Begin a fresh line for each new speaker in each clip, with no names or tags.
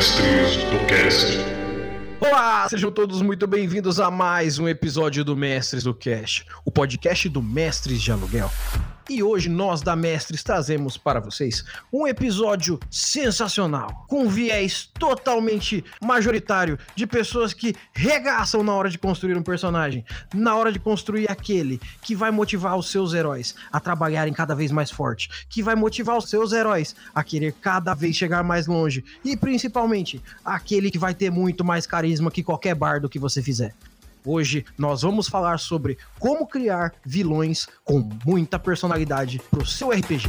Mestres do Cast.
Olá, sejam todos muito bem-vindos a mais um episódio do Mestres do Cast, o podcast do Mestres de Aluguel. E hoje nós da Mestres trazemos para vocês um episódio sensacional, com viés totalmente majoritário de pessoas que regaçam na hora de construir um personagem, na hora de construir aquele que vai motivar os seus heróis a trabalharem cada vez mais forte, que vai motivar os seus heróis a querer cada vez chegar mais longe e principalmente aquele que vai ter muito mais carisma que qualquer bardo que você fizer. Hoje nós vamos falar sobre como criar vilões com muita personalidade para o seu RPG.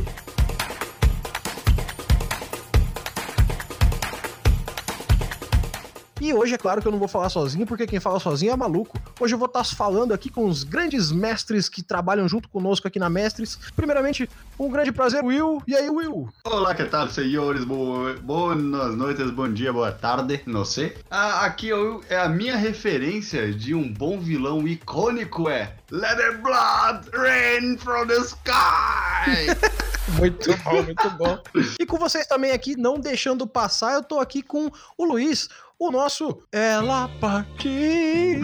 E hoje é claro que eu não vou falar sozinho, porque quem fala sozinho é maluco. Hoje eu vou estar falando aqui com os grandes mestres que trabalham junto conosco aqui na Mestres. Primeiramente, um grande prazer, Will. E aí, Will?
Olá, que tal, senhores? Boas noites, bom dia, boa tarde, não sei. Aqui é a minha referência de um bom vilão icônico, Let the blood rain from the sky!
Muito bom, muito bom. E com vocês também aqui, não deixando passar, eu tô aqui com o Luiz, o nosso Ela Partiu.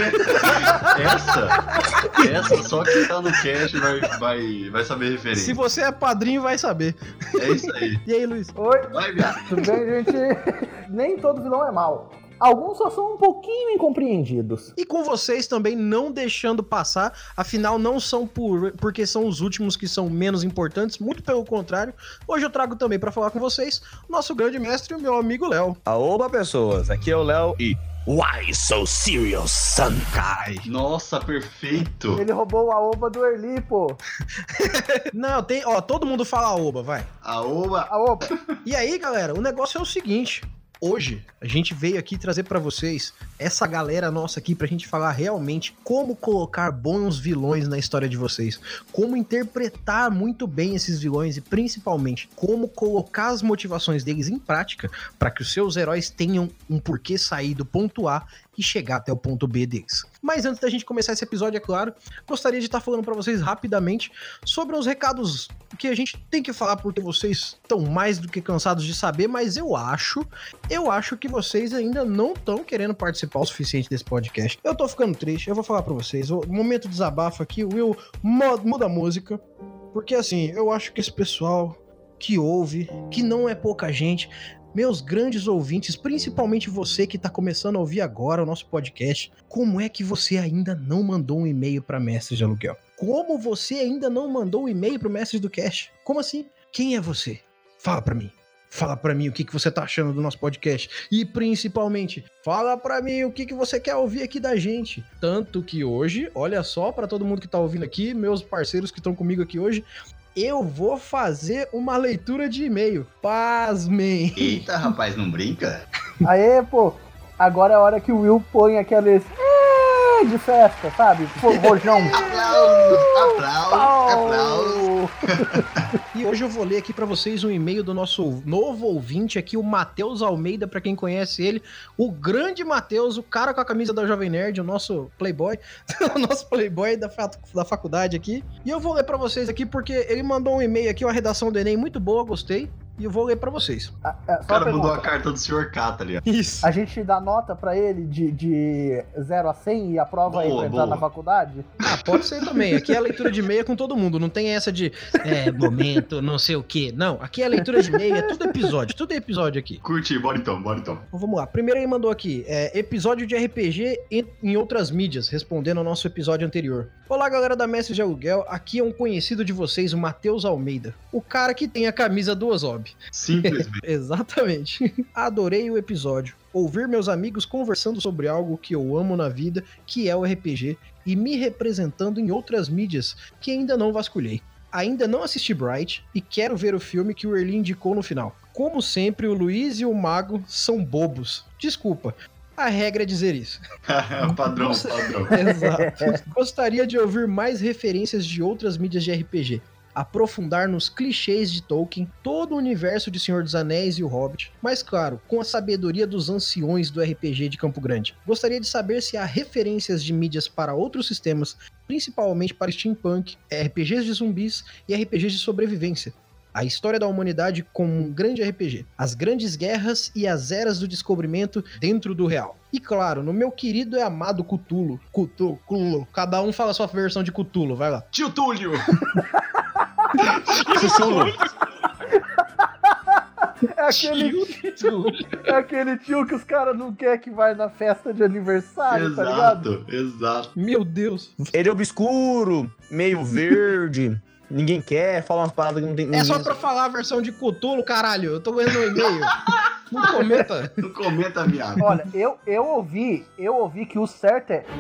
Essa só quem tá no cast vai saber referência.
Se você é padrinho, vai saber.
É isso aí.
E aí, Luiz?
Oi,
Vai, viado.
tudo bem, gente? Nem todo vilão é mau. Alguns só são um pouquinho incompreendidos.
E com vocês também, não deixando passar, afinal não são porque são os últimos que são menos importantes, muito pelo contrário. Hoje eu trago também para falar com vocês nosso grande mestre, o meu amigo Léo.
Oba, pessoas, aqui é o Léo e Why So Serious, Son Kai?
Nossa, perfeito.
Ele roubou a oba do Erli, pô.
Não, todo mundo fala aoba, vai.
Aoba.
A oba.
E aí, galera, o negócio é o seguinte. Hoje, a gente veio aqui trazer pra vocês essa galera nossa aqui pra gente falar realmente como colocar bons vilões na história de vocês, como interpretar muito bem esses vilões e principalmente como colocar as motivações deles em prática para que os seus heróis tenham um porquê sair do ponto A e chegar até o ponto B deles. Mas antes da gente começar esse episódio, é claro, gostaria de estar falando para vocês rapidamente sobre uns recados que a gente tem que falar porque vocês estão mais do que cansados de saber, mas eu acho que vocês ainda não estão querendo participar o suficiente desse podcast. Eu tô ficando triste, eu vou falar para vocês. O momento de desabafo aqui, o Will muda a música, porque assim, eu acho que esse pessoal que ouve, que não é pouca gente, meus grandes ouvintes, principalmente você que está começando a ouvir agora o nosso podcast, como é que você ainda não mandou um e-mail para Mestres de Aluguel? Como você ainda não mandou um e-mail para o Mestres do Cast? Como assim? Quem é você? Fala para mim. Fala pra mim o que você tá achando do nosso podcast. E principalmente, fala pra mim o que você quer ouvir aqui da gente. Tanto que hoje, olha só, pra todo mundo que tá ouvindo aqui, meus parceiros que estão comigo aqui hoje, eu vou fazer uma leitura de e-mail. Pasmem!
Eita, rapaz, não brinca?
Aê, pô. Agora é a hora que o Will põe aqueles de festa, sabe? Rojão.
Aplausos.
E hoje eu vou ler aqui pra vocês um e-mail do nosso novo ouvinte aqui, o Matheus Almeida, pra quem conhece ele, o grande Matheus, o cara com a camisa da Jovem Nerd, o nosso playboy, o nosso playboy da faculdade aqui. E eu vou ler pra vocês aqui porque ele mandou um e-mail aqui, uma redação do Enem muito boa, gostei. E eu vou ler pra vocês.
O cara mandou a carta do Sr. K, tá ligado?
Isso.
A gente dá nota pra ele de 0 a 100 e aprova aí pra entrar na faculdade?
Pode ser também. Aqui é a leitura de e-mail com todo mundo. Não tem essa de momento, não sei o quê. Não, aqui é a leitura de e-mail, é tudo episódio aqui.
Curti, bora então.
Então vamos lá. Primeiro ele mandou aqui, episódio de RPG em outras mídias, respondendo ao nosso episódio anterior. Olá, galera da Mestre de Aluguel. Aqui é um conhecido de vocês, o Matheus Almeida. O cara que tem a camisa do Ozob.
Simplesmente.
Exatamente. Adorei o episódio. Ouvir meus amigos conversando sobre algo que eu amo na vida, que é o RPG, e me representando em outras mídias que ainda não vasculhei. Ainda não assisti Bright e quero ver o filme que o Erli indicou no final. Como sempre, o Luiz e o Mago são bobos. Desculpa. A regra é dizer isso.
Padrão.
Exato. Gostaria de ouvir mais referências de outras mídias de RPG. Aprofundar nos clichês de Tolkien, todo o universo de Senhor dos Anéis e o Hobbit, mas claro, com a sabedoria dos anciões do RPG de Campo Grande. Gostaria de saber se há referências de mídias para outros sistemas, principalmente para steampunk, RPGs de zumbis e RPGs de sobrevivência. A história da humanidade como um grande RPG. As grandes guerras e as eras do descobrimento dentro do real. E claro, no meu querido e amado Cthulhu. Cthulhu. Cada um fala a sua versão de Cthulhu, vai lá.
Tio Túlio!
É aquele tio que os caras não querem que vai na festa de aniversário, tá ligado?
Exato.
Meu Deus.
Ele é obscuro, meio verde, ninguém quer, fala umas paradas que não tem...
É só pra falar a versão de Cthulhu, caralho. Eu tô vendo no e-mail. Não comenta.
Não comenta, viado.
Olha, eu ouvi que o certo é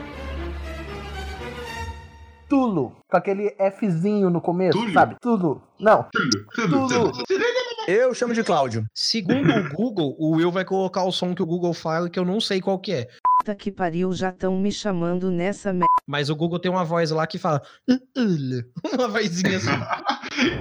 Tulo, com aquele Fzinho no começo,
Túlio?
sabe? Tulo. Não. Tulo.
Eu chamo de Cláudio.
Segundo o Google, o Will vai colocar o som que o Google fala, que eu não sei qual que é.
Puta que pariu, já tão me chamando nessa merda.
Mas o Google tem uma voz lá que fala... Uma vozinha assim.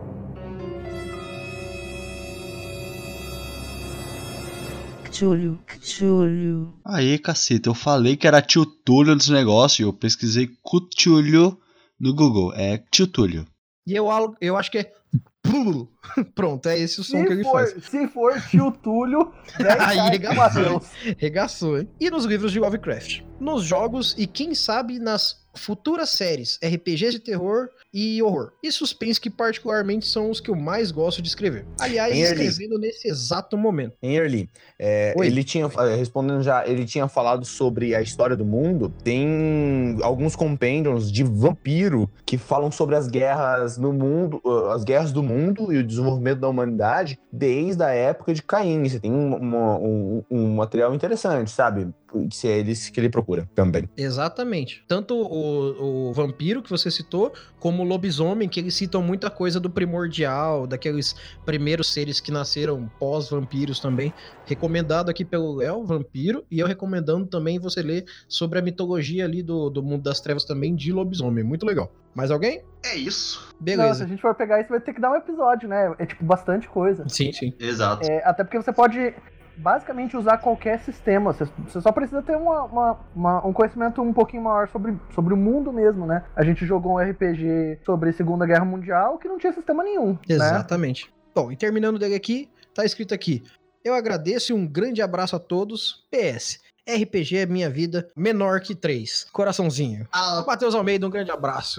Cthulhu.
Aí, caceta, eu falei que era tio Túlio dos negócios e eu pesquisei Cthulhu no Google. É tio Túlio.
E eu acho que é... Pronto, é esse o som que ele faz.
Se for tio Túlio,
Aí
regaçou.
Regaçou, hein? E nos livros de Lovecraft. Nos jogos e quem sabe nas futuras séries, RPGs de terror e horror. E suspense que particularmente são os que eu mais gosto de escrever. Aliás, escrevendo nesse exato momento.
Em Early, ele tinha, respondendo já, ele tinha falado sobre a história do mundo. Tem alguns compêndios de vampiro que falam sobre as guerras no mundo, as guerras do mundo e o desenvolvimento da humanidade desde a época de Caim. Você tem um material interessante, sabe? Se é que ele procura também.
Exatamente. Tanto o vampiro que você citou, como o lobisomem, que eles citam muita coisa do primordial, daqueles primeiros seres que nasceram pós-vampiros também. Recomendado aqui pelo Léo, Vampiro, e eu recomendando também você ler sobre a mitologia ali do mundo das trevas também, de lobisomem. Muito legal. Mais alguém?
É isso.
Não,
Beleza.
se a gente for pegar isso, vai ter que dar um episódio, né? É tipo bastante coisa.
Sim, sim.
Exato.
Até porque você pode basicamente usar qualquer sistema. Você só precisa ter um conhecimento um pouquinho maior sobre o mundo mesmo, né? A gente jogou um RPG sobre Segunda Guerra Mundial que não tinha sistema nenhum.
Exatamente. Né? Bom, e terminando dele aqui, tá escrito aqui: eu agradeço e um grande abraço a todos. PS. RPG é minha vida, menor que 3. Coraçãozinho. Matheus Almeida, um grande abraço.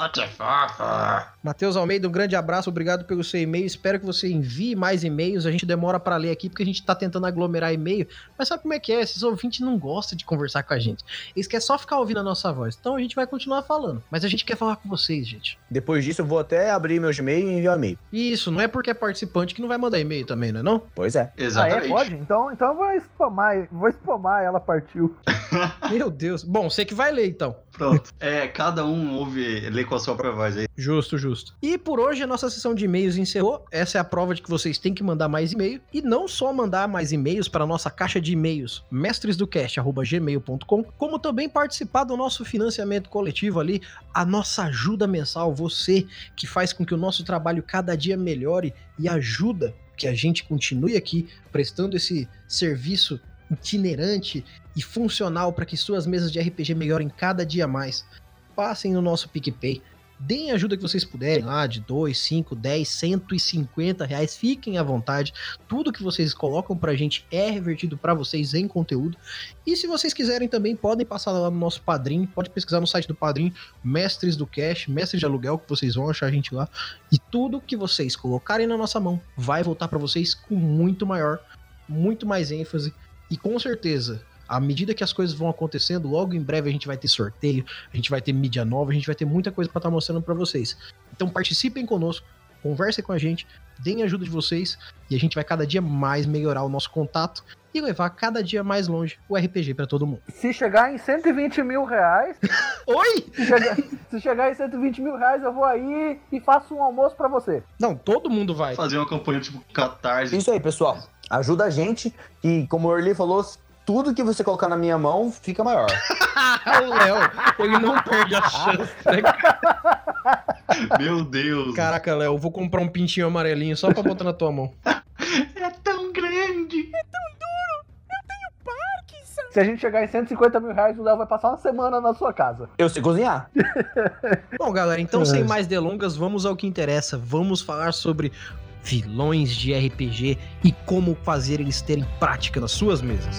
Matheus Almeida, um grande abraço, obrigado pelo seu e-mail. Espero que você envie mais e-mails. A gente demora pra ler aqui porque a gente tá tentando aglomerar e-mail. Mas sabe como é que é? Esses ouvintes não gostam de conversar com a gente. Eles querem só ficar ouvindo a nossa voz. Então a gente vai continuar falando. Mas a gente quer falar com vocês, gente.
Depois disso, eu vou até abrir meu Gmail e enviar e-mail.
Isso, não é porque é participante que não vai mandar e-mail também, não é não?
Pois é.
Exatamente.
Pode? Então eu vou spamar ela partiu.
Meu Deus. Bom, você que vai ler então.
Pronto. Cada um lê com a sua própria voz aí.
Justo, justo. E por hoje a nossa sessão de e-mails encerrou. Essa é a prova de que vocês têm que mandar mais e-mail. E não só mandar mais e-mails para a nossa caixa de e-mails, mestresdocast@gmail.com, como também participar do nosso financiamento coletivo ali, a nossa ajuda mensal. Você que faz com que o nosso trabalho cada dia melhore e ajuda que a gente continue aqui prestando esse serviço itinerante e funcional para que suas mesas de RPG melhorem cada dia mais. Passem no nosso PicPay, deem a ajuda que vocês puderem lá, de 2, 5, 10, 150 reais, fiquem à vontade. Tudo que vocês colocam pra gente é revertido pra vocês em conteúdo. E se vocês quiserem também, podem passar lá no nosso Padrim, pode pesquisar no site do Padrim, Mestres do Cash, Mestres de Aluguel, que vocês vão achar a gente lá. E tudo que vocês colocarem na nossa mão vai voltar pra vocês com muito mais ênfase. E com certeza, à medida que as coisas vão acontecendo, logo em breve a gente vai ter sorteio, a gente vai ter mídia nova, a gente vai ter muita coisa para estar mostrando para vocês. Então participem conosco, conversem com a gente, deem a ajuda de vocês e a gente vai cada dia mais melhorar o nosso contato e levar cada dia mais longe o RPG para todo mundo.
Se chegar em 120 mil reais...
Oi?
Se chegar em 120 mil reais, eu vou aí e faço um almoço para você.
Não, todo mundo vai.
Fazer uma campanha tipo Catarse.
Isso aí, pessoal. Ajuda a gente e, como o Early falou, tudo que você colocar na minha mão fica maior.
O Léo, ele não perde a chance, né?
Meu Deus.
Caraca, Léo, eu vou comprar um pintinho amarelinho só pra botar na tua mão.
É tão grande.
Se a gente chegar em 150 mil reais, o Léo vai passar uma semana na sua casa.
Eu sei cozinhar.
Bom, galera, então sem mais delongas, vamos ao que interessa. Vamos falar sobre vilões de RPG e como fazer eles terem prática nas suas mesas.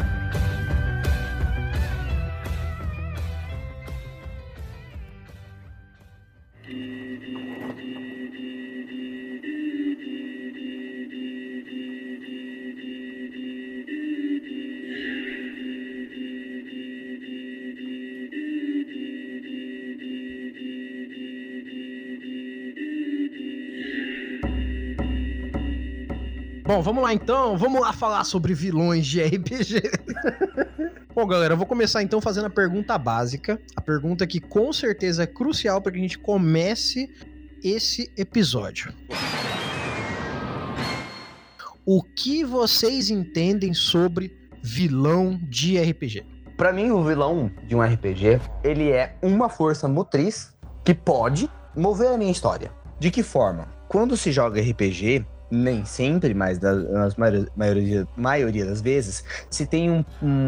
Bom, vamos lá então, vamos lá falar sobre vilões de RPG. Bom, galera, eu vou começar então fazendo a pergunta básica, a pergunta que com certeza é crucial para que a gente comece esse episódio. O que vocês entendem sobre vilão de RPG?
Pra mim, o vilão de um RPG, ele é uma força motriz que pode mover a minha história. De que forma? Quando se joga RPG, nem sempre, mas na maioria das vezes, se tem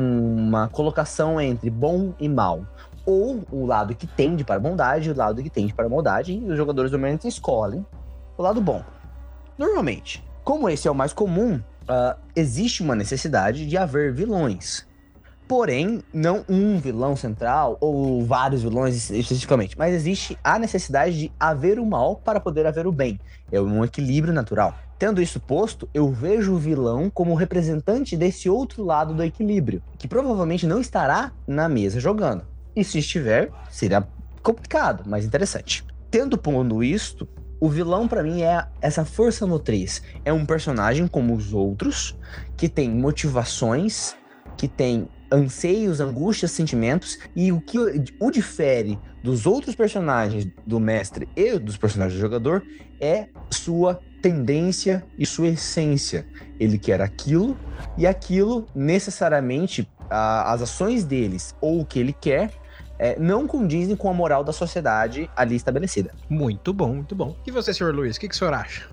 uma colocação entre bom e mal. Ou o lado que tende para a bondade e o lado que tende para a maldade, e os jogadores normalmente escolhem o lado bom. Normalmente, como esse é o mais comum, existe uma necessidade de haver vilões. Porém, não um vilão central ou vários vilões especificamente, mas existe a necessidade de haver o mal para poder haver o bem. É um equilíbrio natural. Tendo isso posto, eu vejo o vilão como representante desse outro lado do equilíbrio, que provavelmente não estará na mesa jogando. E se estiver, seria complicado, mas interessante. Tendo pondo isto, o vilão pra mim é essa força motriz. É um personagem como os outros, que tem motivações, que tem anseios, angústias, sentimentos, e o que o difere dos outros personagens do mestre e dos personagens do jogador é sua tendência e sua essência. Ele quer aquilo, e aquilo necessariamente, as ações deles ou o que ele quer não condizem com a moral da sociedade ali estabelecida.
Muito bom, muito bom. E você, senhor Luiz, o que o senhor acha?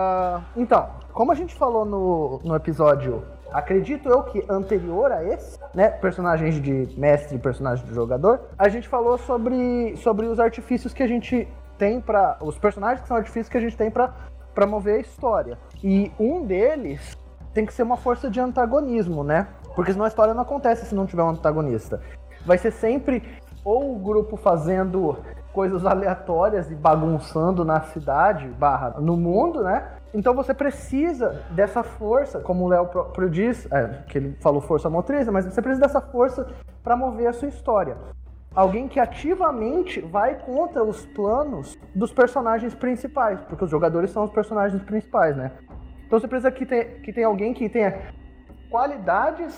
Então, como a gente falou no episódio, acredito eu que anterior a esse, né, personagens de mestre e personagens de jogador, a gente falou sobre os artifícios que a gente tem os personagens que são artifícios que a gente tem pra mover a história. E um deles tem que ser uma força de antagonismo, né? Porque senão a história não acontece se não tiver um antagonista. Vai ser sempre ou o grupo fazendo coisas aleatórias e bagunçando na cidade, no mundo, né? Então você precisa dessa força, como o Léo próprio diz, que ele falou força motriz, mas você precisa dessa força para mover a sua história. Alguém que ativamente vai contra os planos dos personagens principais, porque os jogadores são os personagens principais, né? Então você precisa que tenha alguém que tenha qualidades,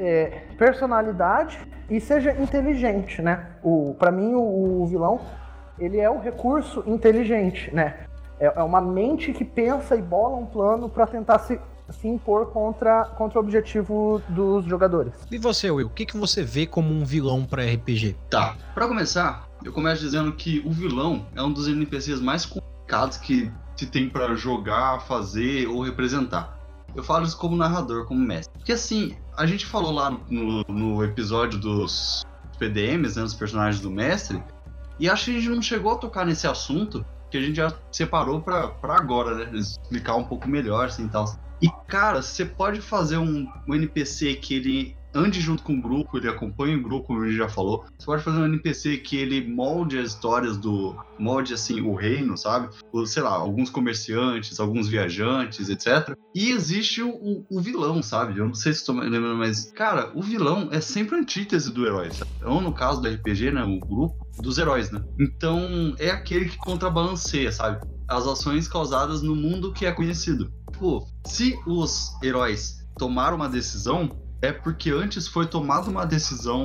personalidade e seja inteligente, né? Para mim, o vilão, ele é um recurso inteligente, né? É uma mente que pensa e bola um plano para tentar se impor contra o objetivo dos jogadores.
E você, Will, o que você vê como um vilão para RPG?
Tá, pra começar, eu começo dizendo que o vilão é um dos NPCs mais complicados que se tem pra jogar, fazer ou representar. Eu falo isso como narrador, como mestre. Porque assim, a gente falou lá no episódio dos PDMs, né, dos personagens do mestre, e acho que a gente não chegou a tocar nesse assunto, que a gente já separou pra agora, né, explicar um pouco melhor, assim, tal. E, cara, você pode fazer um NPC que ele ande junto com o grupo, ele acompanha o grupo, como a gente já falou. Você pode fazer um NPC que ele molde as histórias molde, assim, o reino, sabe? Sei lá, alguns comerciantes, alguns viajantes, etc. E existe o vilão, sabe? Eu não sei se estou me lembrando, mas, cara, o vilão é sempre a antítese do herói, sabe? Então, no caso do RPG, né, o grupo dos heróis, né? Então, é aquele que contrabalanceia, sabe? As ações causadas no mundo que é conhecido. Tipo, se os heróis tomaram uma decisão, é porque antes foi tomada uma decisão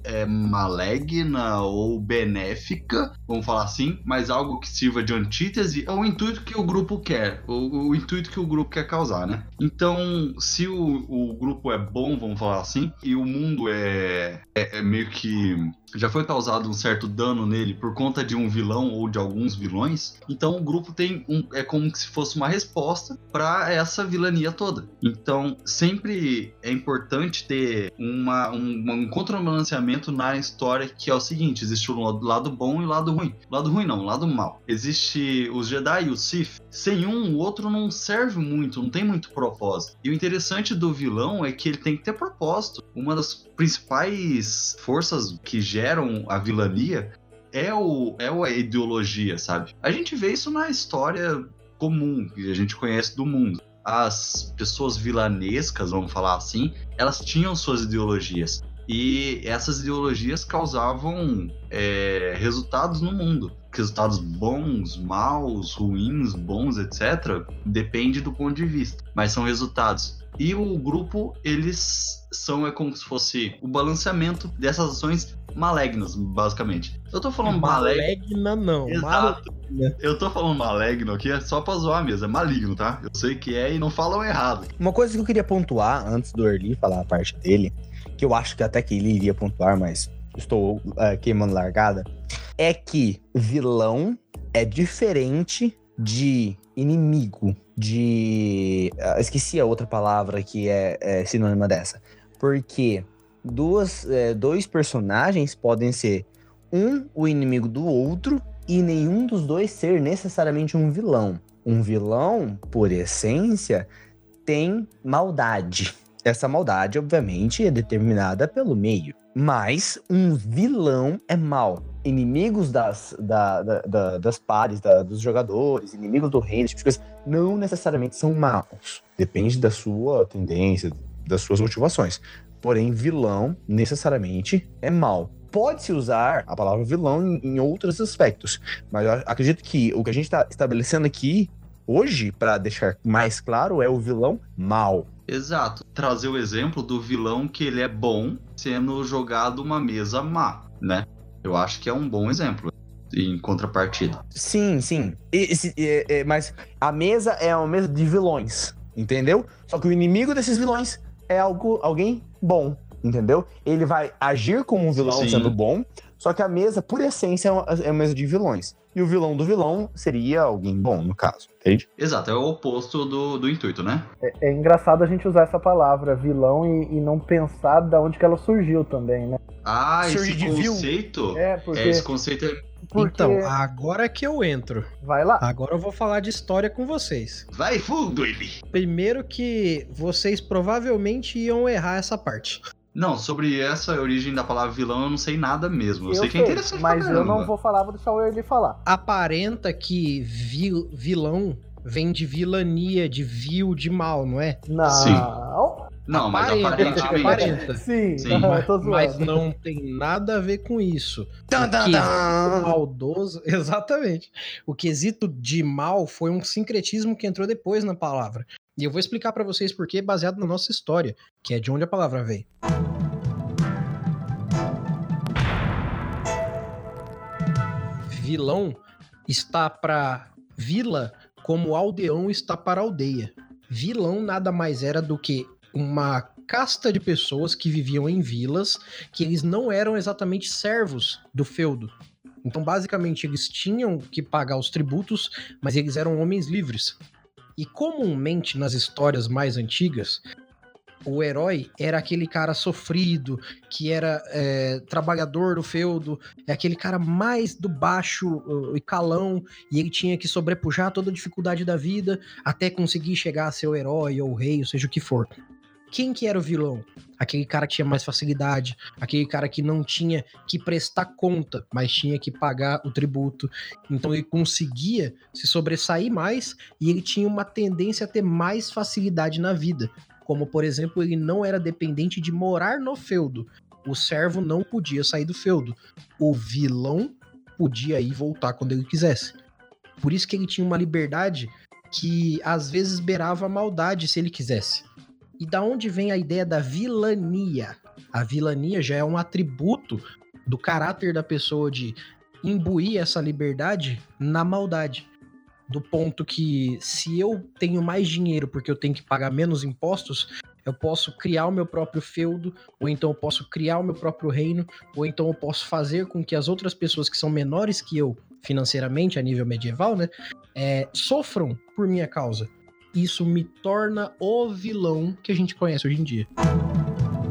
maligna ou benéfica, vamos falar assim, mas algo que sirva de antítese ao intuito que o grupo quer, o intuito que o grupo quer causar, né? Então, se o grupo é bom, vamos falar assim, e o mundo é meio que já foi causado um certo dano nele por conta de um vilão ou de alguns vilões, então o grupo tem é como se fosse uma resposta para essa vilania toda. Então, sempre é importante interessante ter um contrabalanceamento na história, que é o seguinte: existe o lado bom e o lado ruim. Lado ruim não, o lado mal. Existe os Jedi e os Sith. Sem um, o outro não serve muito, não tem muito propósito. E o interessante do vilão é que ele tem que ter propósito. Uma das principais forças que geram a vilania é a ideologia, sabe? A gente vê isso na história comum que a gente conhece do mundo. As pessoas vilanescas, vamos falar assim, elas tinham suas ideologias. E essas ideologias causavam resultados no mundo. Resultados bons, maus, ruins, bons, etc. Depende do ponto de vista. Mas são resultados. E o grupo, eles são como se fosse o balanceamento dessas ações malignas, basicamente. Eu tô falando
maligna não.
Exato. Eu tô falando maligno aqui só pra zoar mesmo, é maligno, tá? Eu sei que é e não falam errado.
Uma coisa que eu queria pontuar, antes do Early falar a parte dele, que eu acho que até que ele iria pontuar, mas estou queimando largada, é que vilão é diferente de inimigo, esqueci a outra palavra que é sinônima dessa. Porque dois personagens podem ser o inimigo do outro e nenhum dos dois ser necessariamente um vilão. Um vilão, por essência, tem maldade. Essa maldade, obviamente, é determinada pelo meio. Mas um vilão é mau. Inimigos das pares, dos jogadores, inimigos do reino, tipo de coisa, não necessariamente são maus. Depende da sua tendência, das suas motivações. Porém, vilão necessariamente é mau. Pode-se usar a palavra vilão em outros aspectos, mas eu acredito que o que a gente está estabelecendo aqui hoje, para deixar mais claro, é o vilão mau.
Exato. Trazer o exemplo do vilão que ele é bom sendo jogado uma mesa má, né? Eu acho que é um bom exemplo em contrapartida.
Sim. Mas a mesa é uma mesa de vilões, entendeu? Só que o inimigo desses vilões é alguém bom, entendeu? Ele vai agir como um vilão sendo bom, só que a mesa, por essência, é uma mesa de vilões. E o vilão do vilão seria alguém bom, no caso, entende?
Exato, é o oposto do intuito, né?
É engraçado a gente usar essa palavra, vilão, e não pensar de onde que ela surgiu também, né?
Ah, esse conceito? Esse conceito é...
Porque... Então, agora que eu entro.
Vai lá.
Agora eu vou falar de história com vocês.
Vai fundo, ele!
Primeiro que vocês provavelmente iam errar essa parte.
Não, sobre essa origem da palavra vilão eu não sei nada mesmo. Eu sei que é interessante.
Mas eu não vou falar, vou deixar o Early falar.
Aparenta que vilão vem de vilania, de vil, de mal, não é?
Não.
Sim. Não, mas
aparenta.
Sim.
Mas não tem nada a ver com isso. Maldoso, exatamente. O quesito de mal foi um sincretismo que entrou depois na palavra. E eu vou explicar pra vocês por quê, baseado na nossa história, que é de onde a palavra veio. Vilão está para vila como aldeão está para aldeia. Vilão nada mais era do que uma casta de pessoas que viviam em vilas, que eles não eram exatamente servos do feudo. Então, basicamente, eles tinham que pagar os tributos, mas eles eram homens livres. E comumente, nas histórias mais antigas, o herói era aquele cara sofrido, que era trabalhador do feudo, é aquele cara mais do baixo e calão, e ele tinha que sobrepujar toda a dificuldade da vida até conseguir chegar a ser o herói ou o rei, ou seja o que for. Quem que era o vilão? Aquele cara que tinha mais facilidade, aquele cara que não tinha que prestar conta, mas tinha que pagar o tributo. Então ele conseguia se sobressair mais e ele tinha uma tendência a ter mais facilidade na vida. Como, por exemplo, ele não era dependente de morar no feudo. O servo não podia sair do feudo. O vilão podia ir e voltar quando ele quisesse. Por isso que ele tinha uma liberdade que às vezes beirava a maldade se ele quisesse. E da onde vem a ideia da vilania? A vilania já é um atributo do caráter da pessoa de imbuir essa liberdade na maldade. Do ponto que, se eu tenho mais dinheiro porque eu tenho que pagar menos impostos, eu posso criar o meu próprio feudo, ou então eu posso criar o meu próprio reino, ou então eu posso fazer com que as outras pessoas que são menores que eu, financeiramente, a nível medieval, né, sofram por minha causa. Isso me torna o vilão que a gente conhece hoje em dia.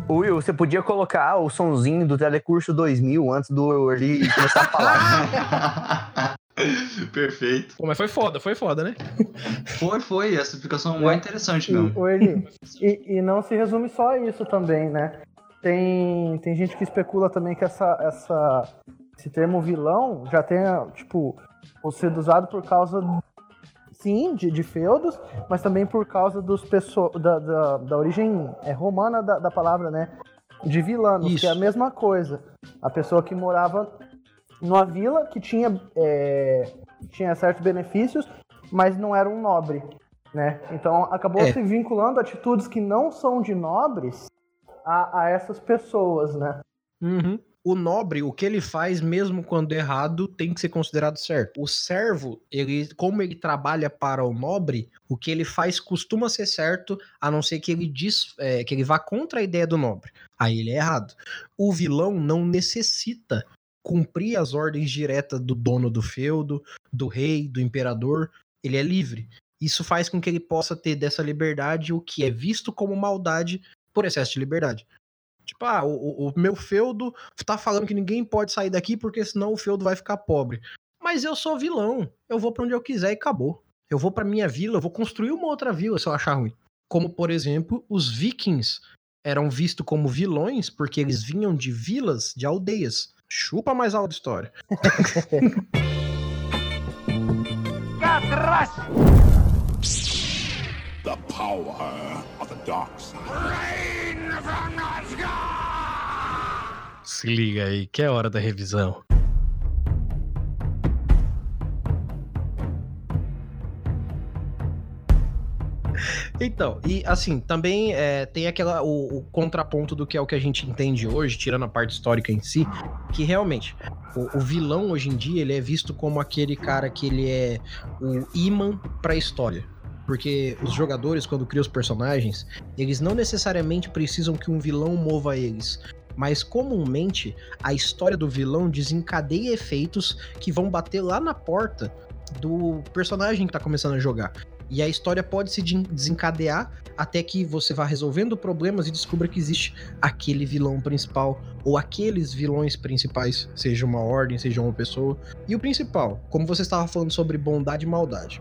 Will, você podia colocar o sonzinho do Telecurso 2000 antes do Orly começar a falar.
Perfeito.
Pô, mas foi foda, né?
Foi. Essa explicação é muito interessante mesmo.
Orly, e não se resume só a isso também, né? Tem gente que especula também que esse termo vilão já tenha, tipo, sido usado por causa, sim, de feudos, mas também por causa da origem romana da palavra, né? De vilanos,
Isso.
que é a mesma coisa. A pessoa que morava numa vila que tinha certos benefícios, mas não era um nobre, né? Então acabou se vinculando atitudes que não são de nobres a essas pessoas, né?
Uhum. O nobre, o que ele faz, mesmo quando errado, tem que ser considerado certo. O servo, como ele trabalha para o nobre, o que ele faz costuma ser certo, a não ser que ele vá contra a ideia do nobre. Aí ele é errado. O vilão não necessita cumprir as ordens diretas do dono do feudo, do rei, do imperador. Ele é livre. Isso faz com que ele possa ter dessa liberdade o que é visto como maldade por excesso de liberdade. Tipo, o meu feudo tá falando que ninguém pode sair daqui porque senão o feudo vai ficar pobre. Mas eu sou vilão. Eu vou pra onde eu quiser e acabou. Eu vou pra minha vila, eu vou construir uma outra vila se eu achar ruim. Como, por exemplo, os vikings eram vistos como vilões porque eles vinham de vilas, de aldeias. Chupa mais alta história.
The power of the dark side.
Se liga aí, que é hora da revisão. Então, e assim, também tem o contraponto do que é o que a gente entende hoje, tirando a parte histórica em si, que realmente, o vilão hoje em dia, ele é visto como aquele cara que ele é o imã pra história. Porque os jogadores, quando criam os personagens, eles não necessariamente precisam que um vilão mova eles. Mas comumente, a história do vilão desencadeia efeitos que vão bater lá na porta do personagem que tá começando a jogar. E a história pode se desencadear até que você vá resolvendo problemas e descubra que existe aquele vilão principal ou aqueles vilões principais, seja uma ordem, seja uma pessoa. E o principal, como você estava falando sobre bondade e maldade.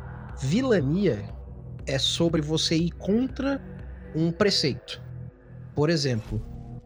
Vilania é sobre você ir contra um preceito. Por exemplo,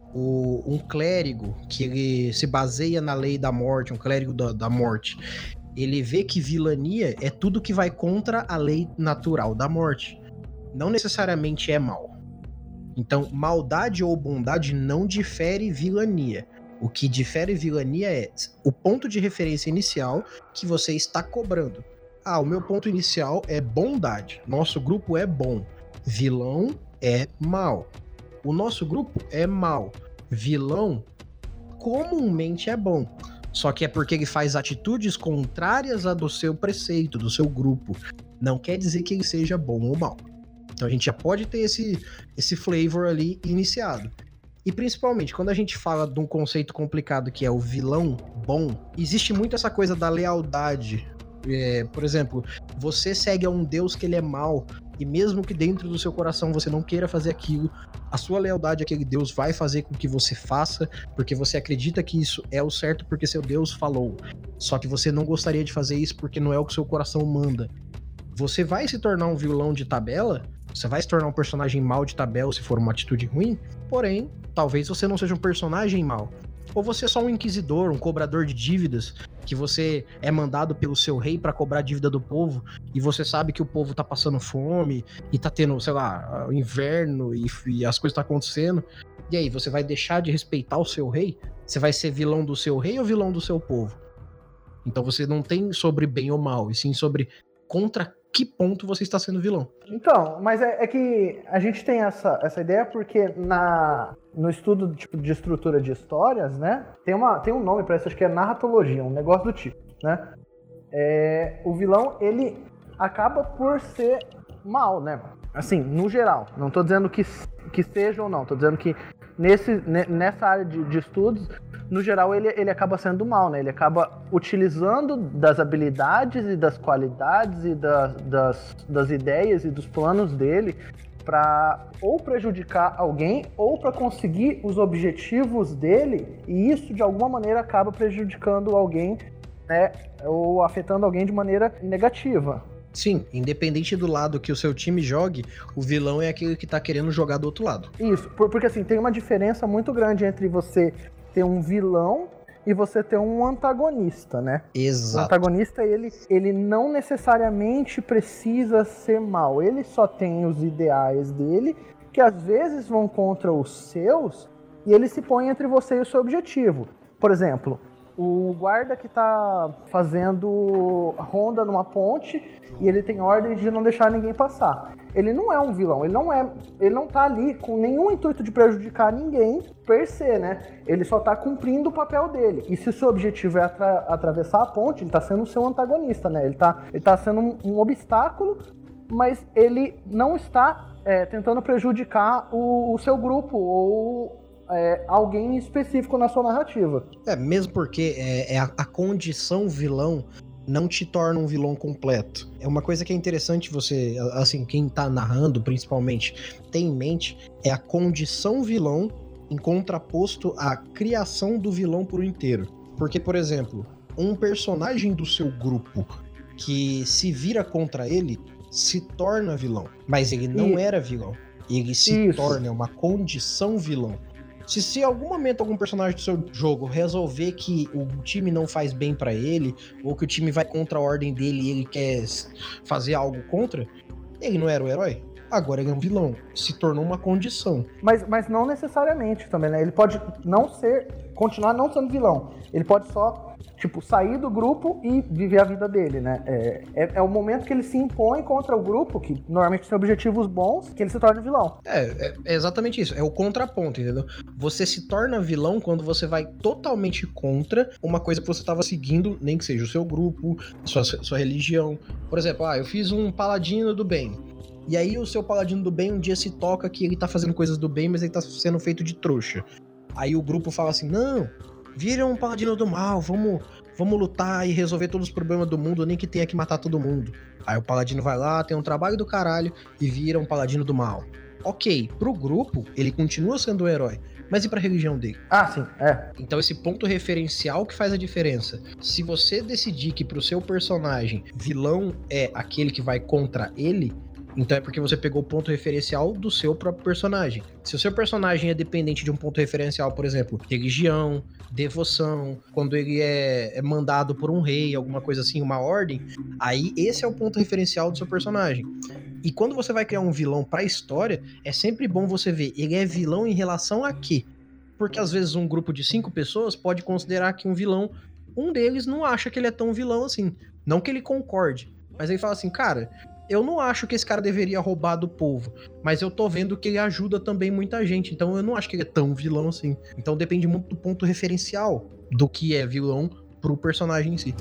um clérigo que ele se baseia na lei da morte, um clérigo da morte, ele vê que vilania é tudo que vai contra a lei natural da morte. Não necessariamente é mal. Então, maldade ou bondade não difere vilania. O que difere vilania é o ponto de referência inicial que você está cobrando. O meu ponto inicial é bondade. Nosso grupo é bom. Vilão é mal. O nosso grupo é mal. Vilão comumente é bom. Só que é porque ele faz atitudes contrárias a do seu preceito, do seu grupo. Não quer dizer que ele seja bom ou mal. Então a gente já pode ter esse flavor ali iniciado. E principalmente, quando a gente fala de um conceito complicado que é o vilão bom, existe muito essa coisa da lealdade. Por exemplo, você segue a um deus que ele é mau, e mesmo que dentro do seu coração você não queira fazer aquilo, a sua lealdade àquele deus vai fazer com que você faça, porque você acredita que isso é o certo porque seu deus falou. Só que você não gostaria de fazer isso porque não é o que seu coração manda. Você vai se tornar um vilão de tabela, você vai se tornar um personagem mau de tabela se for uma atitude ruim, porém, talvez você não seja um personagem mau. Ou você é só um inquisidor, um cobrador de dívidas, que você é mandado pelo seu rei pra cobrar a dívida do povo, e você sabe que o povo tá passando fome, e tá tendo, sei lá, inverno, e as coisas tá acontecendo. E aí, você vai deixar de respeitar o seu rei? Você vai ser vilão do seu rei ou vilão do seu povo? Então você não tem sobre bem ou mal, e sim sobre contra que ponto você está sendo vilão.
Então, mas é que a gente tem essa ideia porque no estudo de estrutura de histórias, né, tem um nome para isso, acho que é narratologia, um negócio do tipo, né? O vilão, ele acaba por ser mal, né? Assim, no geral. Não tô dizendo que seja ou não, tô dizendo que nessa área de estudos, no geral, ele acaba sendo mal, né? Ele acaba utilizando das habilidades e das qualidades e das ideias e dos planos dele pra ou prejudicar alguém ou pra conseguir os objetivos dele, e isso de alguma maneira acaba prejudicando alguém, né, ou afetando alguém de maneira negativa.
Sim, independente do lado que o seu time jogue, o vilão é aquele que tá querendo jogar do outro lado.
Isso, porque assim, tem uma diferença muito grande entre você ter um vilão e você ter um antagonista, né?
Exato.
O antagonista, ele não necessariamente precisa ser mal, ele só tem os ideais dele, que às vezes vão contra os seus, e ele se põe entre você e o seu objetivo. Por exemplo, o guarda que tá fazendo ronda numa ponte e ele tem ordem de não deixar ninguém passar. Ele não é um vilão, ele não tá ali com nenhum intuito de prejudicar ninguém per se, né? Ele só tá cumprindo o papel dele. E se o seu objetivo é atravessar a ponte, ele tá sendo o seu antagonista, né? Ele tá sendo um obstáculo, mas ele não está tentando prejudicar o seu grupo ou alguém específico na sua narrativa.
Mesmo porque a condição vilão não te torna um vilão completo. É uma coisa que é interessante você, assim, quem tá narrando, principalmente, ter em mente, é a condição vilão em contraposto à criação do vilão por inteiro. Porque, por exemplo, um personagem do seu grupo que se vira contra ele se torna vilão. Mas ele não era vilão. Ele se torna uma condição vilão. Se em algum momento algum personagem do seu jogo resolver que o time não faz bem pra ele, ou que o time vai contra a ordem dele e ele quer fazer algo contra, ele não era o herói. Agora ele é um vilão. Se tornou uma condição.
Mas não necessariamente também, né? Ele pode continuar não sendo vilão. Ele pode só, sair do grupo e viver a vida dele, né? É o momento que ele se impõe contra o grupo, que normalmente tem objetivos bons, que ele se torna vilão.
É exatamente isso. É o contraponto, entendeu? Você se torna vilão quando você vai totalmente contra uma coisa que você estava seguindo, nem que seja o seu grupo, sua religião. Por exemplo, eu fiz um paladino do bem. E aí o seu paladino do bem um dia se toca que ele tá fazendo coisas do bem, mas ele tá sendo feito de trouxa. Aí o grupo fala assim, não, vira um paladino do mal, vamos lutar e resolver todos os problemas do mundo, nem que tenha que matar todo mundo. Aí o paladino vai lá, tem um trabalho do caralho e vira um paladino do mal. Ok, pro grupo, ele continua sendo o herói, mas e pra religião dele?
Sim, é.
Então esse ponto referencial que faz a diferença. Se você decidir que pro seu personagem, vilão é aquele que vai contra ele, então é porque você pegou o ponto referencial do seu próprio personagem. Se o seu personagem é dependente de um ponto referencial, por exemplo, religião, devoção, quando ele é mandado por um rei, alguma coisa assim, uma ordem, aí esse é o ponto referencial do seu personagem. E quando você vai criar um vilão pra história, é sempre bom você ver, ele é vilão em relação a quê? Porque às vezes um grupo de 5 pessoas pode considerar que um vilão, um deles não acha que ele é tão vilão assim. Não que ele concorde, mas ele fala assim, cara, eu não acho que esse cara deveria roubar do povo, mas eu tô vendo que ele ajuda também muita gente, então eu não acho que ele é tão vilão assim. Então depende muito do ponto referencial do que é vilão pro personagem em si.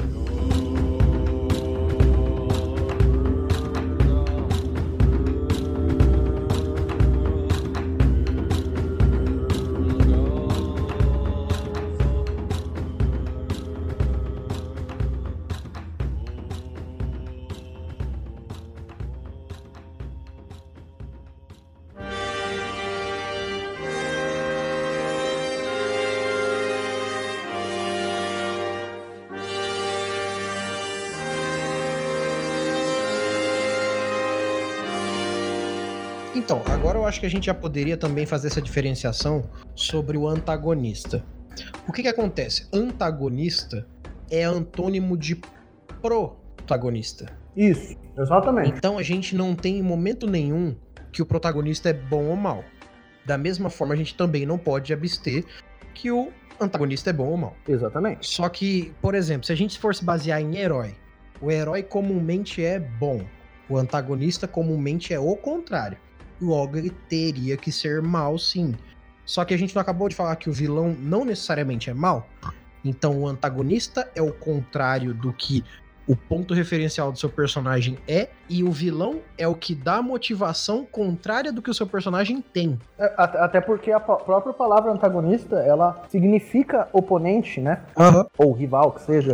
Então, agora eu acho que a gente já poderia também fazer essa diferenciação sobre o antagonista. O que acontece? Antagonista é antônimo de protagonista.
Isso, exatamente.
Então a gente não tem em momento nenhum que o protagonista é bom ou mal. Da mesma forma, a gente também não pode abster que o antagonista é bom ou mal.
Exatamente.
Só que, por exemplo, se a gente for se basear em herói, o herói comumente é bom. O antagonista comumente é o contrário. Logo, ele teria que ser mal, sim. Só que a gente não acabou de falar que o vilão não necessariamente é mal? Então, o antagonista é o contrário do que o ponto referencial do seu personagem é, e o vilão é o que dá a motivação contrária do que o seu personagem tem.
Até porque a própria palavra antagonista, ela significa oponente, né?
Uhum.
Ou rival, que seja.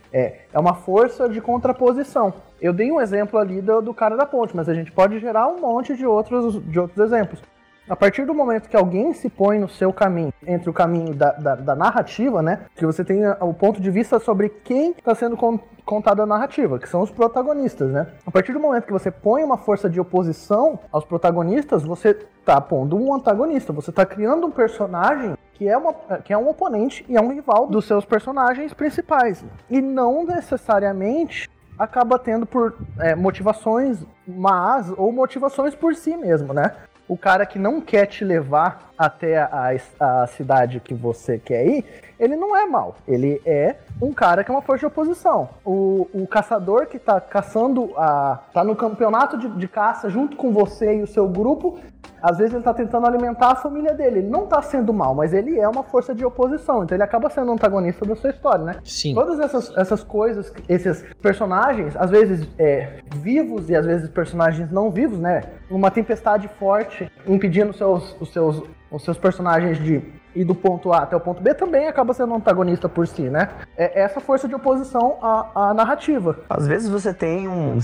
É uma força de contraposição. Eu dei um exemplo ali do cara da ponte, mas a gente pode gerar um monte de outros exemplos. A partir do momento que alguém se põe no seu caminho, entre o caminho da narrativa, né? Que você tem o ponto de vista sobre quem está sendo contada a narrativa, que são os protagonistas, né? A partir do momento que você põe uma força de oposição aos protagonistas, você está pondo um antagonista, você está criando um personagem que é um oponente e é um rival dos seus personagens principais. E não necessariamente acaba tendo por motivações más ou motivações por si mesmo, né? O cara que não quer te levar até a cidade que você quer ir, ele não é mau. Ele é um cara que é uma força de oposição. O caçador que tá caçando, tá no campeonato de caça junto com você e o seu grupo, às vezes ele tá tentando alimentar a família dele. Ele não tá sendo mal, mas ele é uma força de oposição. Então ele acaba sendo um antagonista da sua história, né?
Sim.
Todas essas coisas, esses personagens, às vezes vivos e às vezes personagens não vivos, né? Uma tempestade forte impedindo os seus personagens de ir do ponto A até o ponto B, também acaba sendo um antagonista por si, né? É essa força de oposição à narrativa.
Às vezes você tem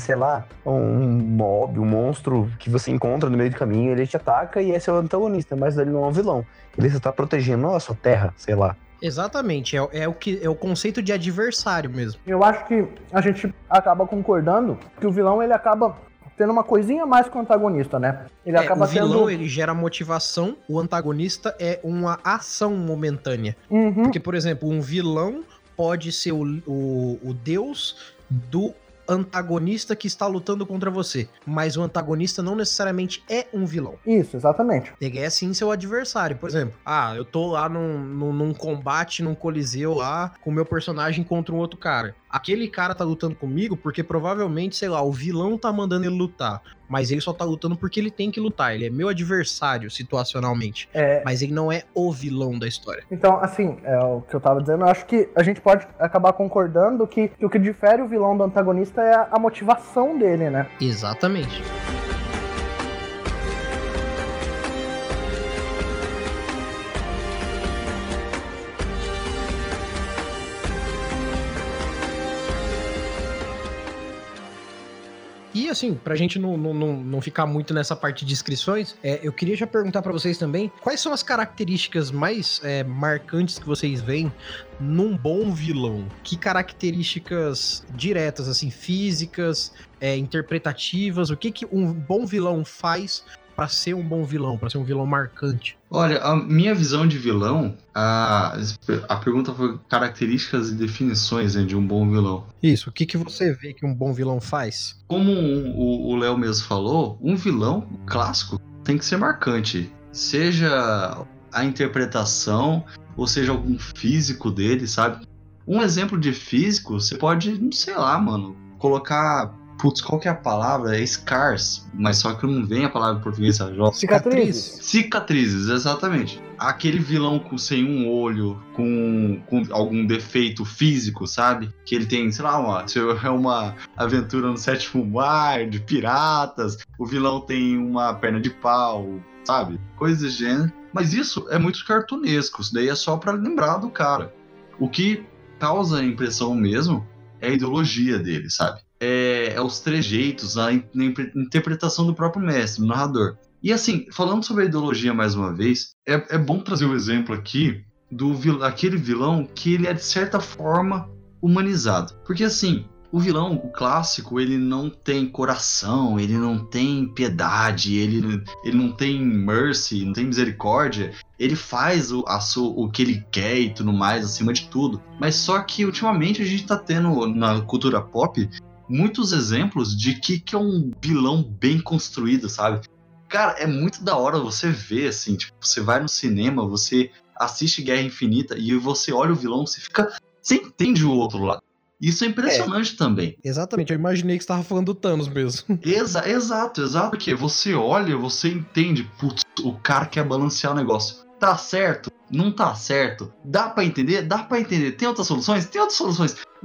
um mob, um monstro que você encontra no meio do caminho, ele te ataca e esse é o antagonista, mas ele não é um vilão. Ele só tá protegendo a sua terra, sei lá.
Exatamente, é o conceito de adversário mesmo.
Eu acho que a gente acaba concordando que o vilão, ele acaba tendo uma coisinha a mais que o antagonista, né? Ele acaba
o vilão, ele gera motivação, o antagonista é uma ação momentânea.
Uhum.
Porque, por exemplo, um vilão pode ser o deus do antagonista que está lutando contra você, mas o antagonista não necessariamente é um vilão.
Isso, exatamente.
Ele é sim seu adversário. Por exemplo, eu tô lá num combate, num coliseu lá, com o meu personagem contra um outro cara. Aquele cara tá lutando comigo porque provavelmente, sei lá, o vilão tá mandando ele lutar, mas ele só tá lutando porque ele tem que lutar. Ele é meu adversário, situacionalmente. Mas ele não é o vilão da história.
Então, assim, é o que eu tava dizendo, eu acho que a gente pode acabar concordando que o que difere o vilão do antagonista é a motivação dele, né?
Exatamente. E assim, pra gente não ficar muito nessa parte de inscrições, eu queria já perguntar pra vocês também, quais são as características mais marcantes que vocês veem num bom vilão? Que características diretas, assim, físicas, interpretativas, o que um bom vilão faz pra ser um bom vilão, pra ser um vilão marcante?
Olha, a minha visão de vilão, a pergunta foi características e definições, né, de um bom vilão.
Isso, o que você vê que um bom vilão faz?
Como o Léo mesmo falou, um vilão clássico tem que ser marcante. Seja a interpretação, ou seja algum físico dele, sabe? Um exemplo de físico, você pode, sei lá, mano, colocar... Putz, qual que é a palavra? É scars, mas só que não vem a palavra em português, sabe?
Cicatrizes.
Cicatrizes, exatamente. Aquele vilão sem um olho, com algum defeito físico, sabe? Que ele tem, sei lá, uma aventura no sétimo mar, de piratas, o vilão tem uma perna de pau, sabe? Coisas desse gênero. Mas isso é muito cartunesco, isso daí é só pra lembrar do cara. O que causa a impressão mesmo é a ideologia dele, sabe? É os trejeitos, a interpretação do próprio mestre, do narrador. E assim, falando sobre a ideologia mais uma vez, é bom trazer o exemplo aqui daquele vilão que ele é de certa forma humanizado. Porque assim, o vilão, o clássico, ele não tem coração, ele não tem piedade, ele não tem mercy, não tem misericórdia. Ele faz o que ele quer e tudo mais, acima de tudo. Mas só que ultimamente a gente tá tendo na cultura pop muitos exemplos de que é um vilão bem construído, sabe? Cara, é muito da hora você ver, assim, tipo, você vai no cinema, você assiste Guerra Infinita e você olha o vilão, você entende o outro lado. Isso é impressionante também.
Exatamente, eu imaginei que você tava falando do Thanos mesmo.
Exato, porque você olha, você entende, putz, o cara quer balancear o negócio. Tá certo? Não tá certo? Dá pra entender? Dá pra entender. Tem outras soluções? Tem outras soluções.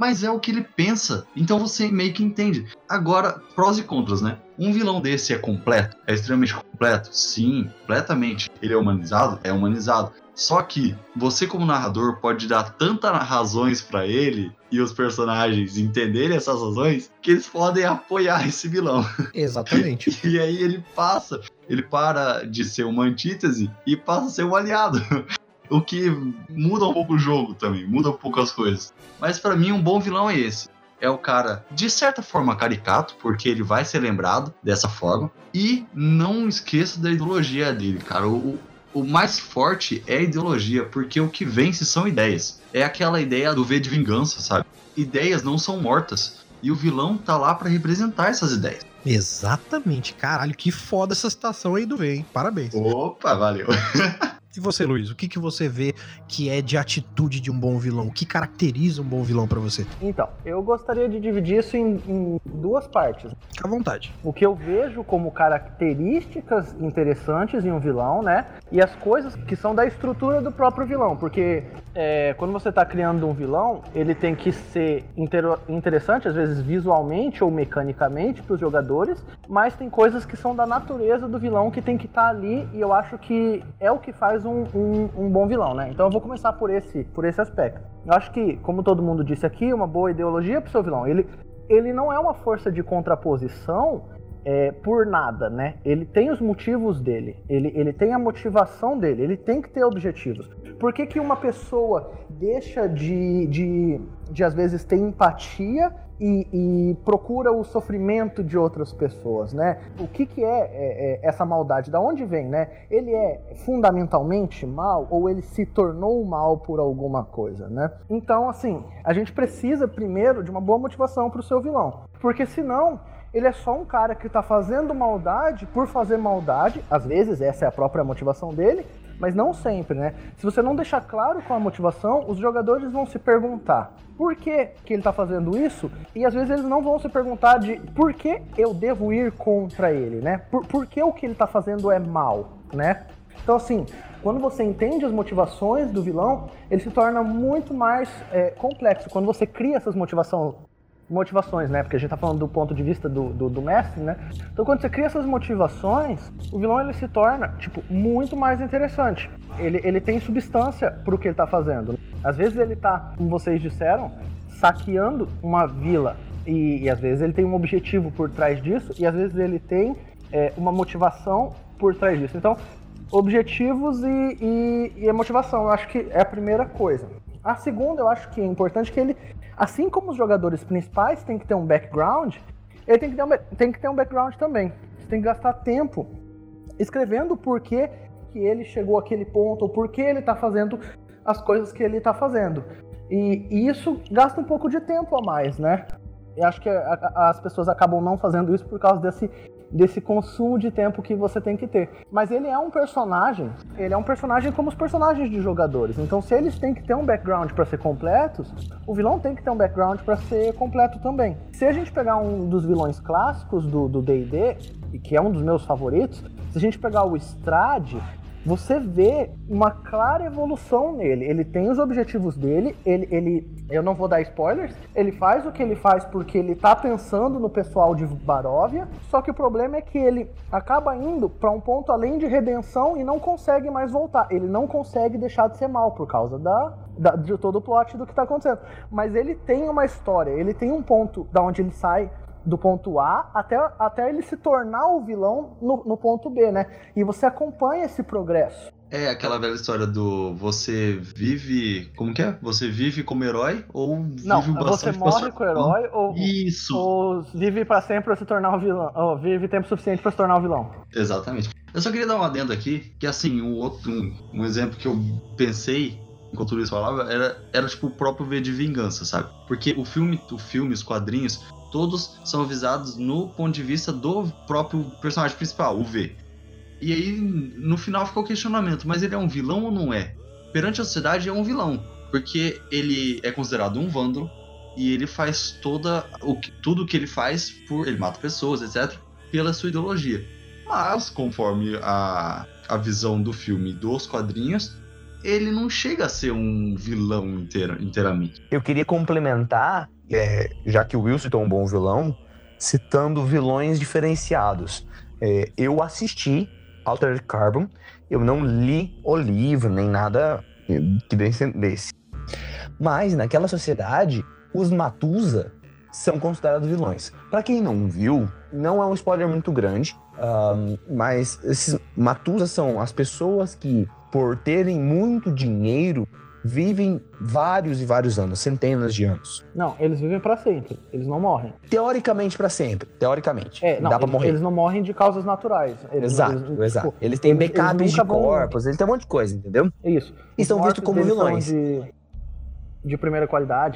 mas é o que ele pensa. Então você meio que entende. Agora, prós e contras, né? Um vilão desse é completo? É extremamente completo? Sim, completamente. Ele é humanizado? É humanizado. Só que você, como narrador, pode dar tantas razões pra ele e os personagens entenderem essas razões que eles podem apoiar esse vilão.
Exatamente.
E aí ele para de ser uma antítese e passa a ser um aliado. O que muda um pouco o jogo também, muda um pouco as coisas. Mas pra mim, um bom vilão é esse. É o cara, de certa forma, caricato, porque ele vai ser lembrado dessa forma. E não esqueça da ideologia dele, cara. O mais forte é a ideologia, porque o que vence são ideias. É aquela ideia do V de vingança, sabe? Ideias não são mortas. E o vilão tá lá pra representar essas ideias.
Exatamente. Caralho, que foda essa citação aí do V, hein? Parabéns.
Opa, valeu.
E você, Luiz, o que você vê que é de atitude de um bom vilão? O que caracteriza um bom vilão pra você?
Então, eu gostaria de dividir isso em duas partes.
Fica à vontade.
O que eu vejo como características interessantes em um vilão, né? E as coisas que são da estrutura do próprio vilão. Porque quando você tá criando um vilão, ele tem que ser interessante, às vezes visualmente ou mecanicamente pros jogadores, mas tem coisas que são da natureza do vilão que tem que estar ali, e eu acho que é o que faz um bom vilão, né? Então eu vou começar por esse aspecto. Eu acho que, como todo mundo disse aqui, uma boa ideologia pro seu vilão. Ele não é uma força de contraposição por nada, né? Ele tem os motivos dele, ele tem a motivação dele, ele tem que ter objetivos. Por que uma pessoa deixa de às vezes ter empatia e procura o sofrimento de outras pessoas, né? O que é essa maldade? Da onde vem, né? Ele é fundamentalmente mal ou ele se tornou mal por alguma coisa, né? Então, assim, a gente precisa primeiro de uma boa motivação para o seu vilão, porque senão ele é só um cara que tá fazendo maldade por fazer maldade. Às vezes essa é a própria motivação dele, mas não sempre, né? Se você não deixar claro qual a motivação, os jogadores vão se perguntar por que ele tá fazendo isso, e às vezes eles não vão se perguntar de por que eu devo ir contra ele, né? Por que o que ele tá fazendo é mal, né? Então, assim, quando você entende as motivações do vilão, ele se torna muito mais complexo. Quando você cria essas motivações, né? Porque a gente tá falando do ponto de vista do mestre, né? Então, quando você cria essas motivações, o vilão ele se torna, tipo, muito mais interessante. Ele tem substância pro que ele tá fazendo. Às vezes ele tá, como vocês disseram, saqueando uma vila. E às vezes ele tem um objetivo por trás disso, e às vezes ele tem uma motivação por trás disso. Então, objetivos e a motivação, eu acho que é a primeira coisa. A segunda, eu acho que é importante que ele, assim como os jogadores principais têm que ter um background, ele tem que ter um background também. Você tem que gastar tempo escrevendo o porquê que ele chegou àquele ponto, ou por que ele está fazendo as coisas que ele está fazendo. E isso gasta um pouco de tempo a mais, né? Eu acho que as pessoas acabam não fazendo isso por causa desse consumo de tempo que você tem que ter. Mas ele é um personagem como os personagens de jogadores. Então, se eles têm que ter um background para ser completos, o vilão tem que ter um background para ser completo também. Se a gente pegar um dos vilões clássicos do D&D, que é um dos meus favoritos, se a gente pegar o Strahd, você vê uma clara evolução nele. Ele tem os objetivos dele, eu não vou dar spoilers, ele faz o que ele faz porque ele tá pensando no pessoal de Baróvia, só que o problema é que ele acaba indo para um ponto além de redenção e não consegue mais voltar. Ele não consegue deixar de ser mal por causa de todo o plot do que tá acontecendo. Mas ele tem uma história, ele tem um ponto da onde ele sai do ponto A até ele se tornar o vilão no ponto B, né? E você acompanha esse progresso.
É aquela velha história do você vive... Como que é? Você vive como herói ou vive
você morre com o herói ou vive pra sempre pra se tornar o vilão. Ou vive tempo suficiente pra se tornar o vilão.
Exatamente. Eu só queria dar um adendo aqui, que assim, um exemplo que eu pensei enquanto o Luiz falava, era tipo o próprio V de Vingança, sabe? Porque o filme, os quadrinhos, todos são visados no ponto de vista do próprio personagem principal, o V. E aí, no final fica o questionamento, mas ele é um vilão ou não é? Perante a sociedade é um vilão, porque ele é considerado um vândalo e ele faz tudo o que ele faz, ele mata pessoas, etc., pela sua ideologia. Mas, conforme a visão do filme e dos quadrinhos, ele não chega a ser um vilão inteiramente.
Eu queria complementar, já que o Will citou um bom vilão, citando vilões diferenciados. Eu assisti Altered Carbon, eu não li o livro, nem nada que desse. Mas, naquela sociedade, os Matusa são considerados vilões. Pra quem não viu, não é um spoiler muito grande, mas esses Matusa são as pessoas que, por terem muito dinheiro, vivem vários e vários anos, centenas de anos.
Não, eles vivem pra sempre, eles não morrem.
Teoricamente pra sempre, teoricamente. Dá pra morrer.
Eles não morrem de causas naturais.
Exato.
Tipo,
eles têm backups de
vão...
corpos, eles têm um monte de coisa, entendeu?
Isso.
E são vistos como vilões.
De primeira qualidade,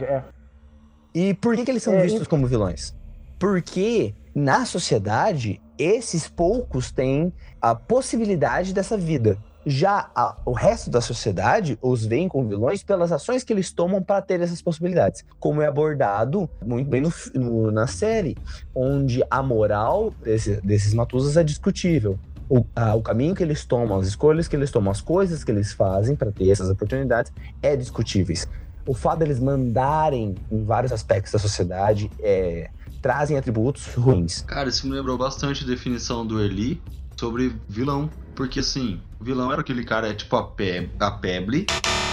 E por que eles são vistos como vilões? Porque, na sociedade, esses poucos têm a possibilidade dessa vida. Já o resto da sociedade os veem como vilões pelas ações que eles tomam para ter essas possibilidades. Como é abordado muito bem na série, onde a moral desses Matusas é discutível. O caminho que eles tomam, as escolhas que eles tomam, as coisas que eles fazem para ter essas oportunidades é discutíveis. O fato deles mandarem em vários aspectos da sociedade trazem atributos ruins.
Cara, isso me lembrou bastante a definição do Eli sobre vilão. Porque, assim, o vilão era aquele cara, tipo a plebe.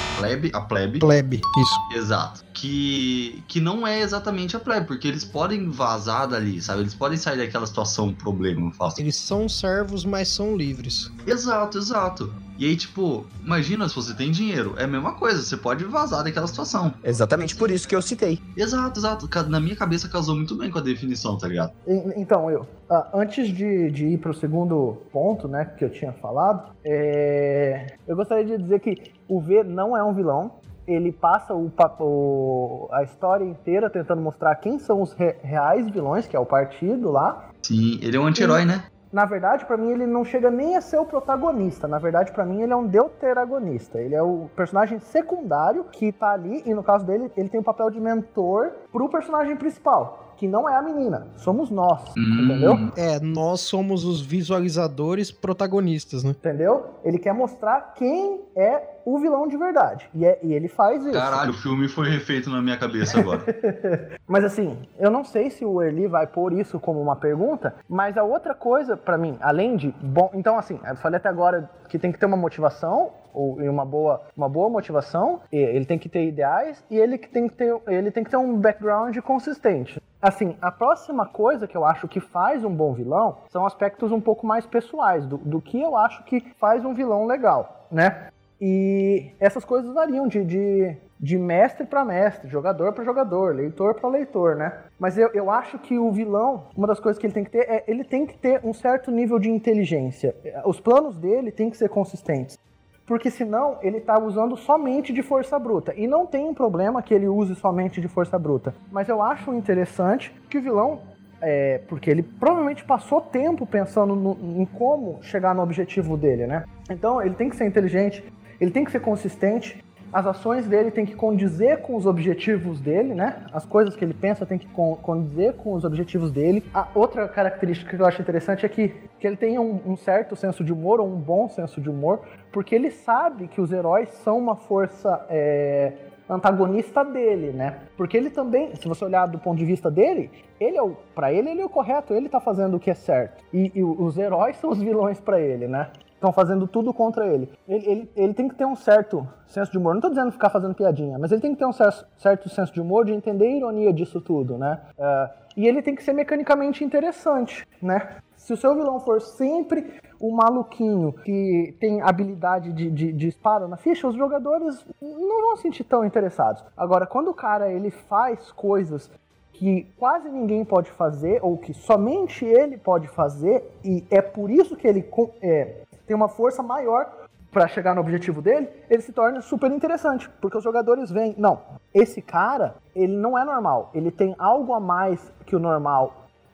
Plebe, isso.
Exato. Que não é exatamente a plebe, porque eles podem vazar dali, sabe? Eles podem sair daquela situação, problema, não faço.
Eles são servos, mas são livres.
Exato. E aí, tipo, imagina se você tem dinheiro. É a mesma coisa, você pode vazar daquela situação.
Exatamente por isso que eu citei.
Exato. Na minha cabeça casou muito bem com a definição, tá ligado?
Então, antes de ir pro segundo ponto, né, que eu tinha falado, eu gostaria de dizer que o V não é um vilão. Ele passa a história inteira tentando mostrar quem são os reais vilões, que é o partido lá.
Sim, ele é um anti-herói, né?
Na verdade, pra mim, ele não chega nem a ser o protagonista. Na verdade, pra mim, ele é um deuteragonista. Ele é o personagem secundário que tá ali, e no caso dele, ele tem o papel de mentor pro personagem principal, que não é a menina, somos nós, entendeu?
Nós somos os visualizadores protagonistas, né?
Entendeu? Ele quer mostrar quem é o vilão de verdade. E ele faz isso.
Caralho, o filme foi refeito na minha cabeça agora.
Mas assim, eu não sei se o Eli vai pôr isso como uma pergunta, mas a outra coisa pra mim, além de... Bom, então assim, eu falei até agora que tem que ter uma motivação, e uma boa motivação, ele tem que ter ideais, e ele tem que ter um background consistente. Assim, a próxima coisa que eu acho que faz um bom vilão são aspectos um pouco mais pessoais, do que eu acho que faz um vilão legal, né? E essas coisas variam de mestre para mestre, jogador para jogador, leitor para leitor, né? Mas eu acho que o vilão, uma das coisas que ele tem que ter ele tem que ter um certo nível de inteligência. Os planos dele têm que ser consistentes. Porque senão ele tá usando somente de força bruta. E não tem problema que ele use somente de força bruta. Mas eu acho interessante que o vilão, porque ele provavelmente passou tempo pensando em como chegar no objetivo dele, né? Então ele tem que ser inteligente, ele tem que ser consistente, as ações dele tem que condizer com os objetivos dele, né? As coisas que ele pensa tem que condizer com os objetivos dele. A outra característica que eu acho interessante é que ele tem um certo senso de humor, ou um bom senso de humor, porque ele sabe que os heróis são uma força antagonista dele, né? Porque ele também, se você olhar do ponto de vista dele, pra ele é o correto, ele tá fazendo o que é certo. E os heróis são os vilões pra ele, né? Estão fazendo tudo contra ele. Ele tem que ter um certo senso de humor. Não tô dizendo ficar fazendo piadinha, mas ele tem que ter um certo senso de humor, de entender a ironia disso tudo, né? E ele tem que ser mecanicamente interessante, né? Se o seu vilão for sempre o maluquinho que tem habilidade de espada na ficha, os jogadores não vão se sentir tão interessados. Agora, quando o cara ele faz coisas que quase ninguém pode fazer, ou que somente ele pode fazer, e é por isso que ele tem uma força maior para chegar no objetivo dele, ele se torna super interessante, porque os jogadores veem, não, esse cara, ele não é normal, ele tem algo a mais que o normal,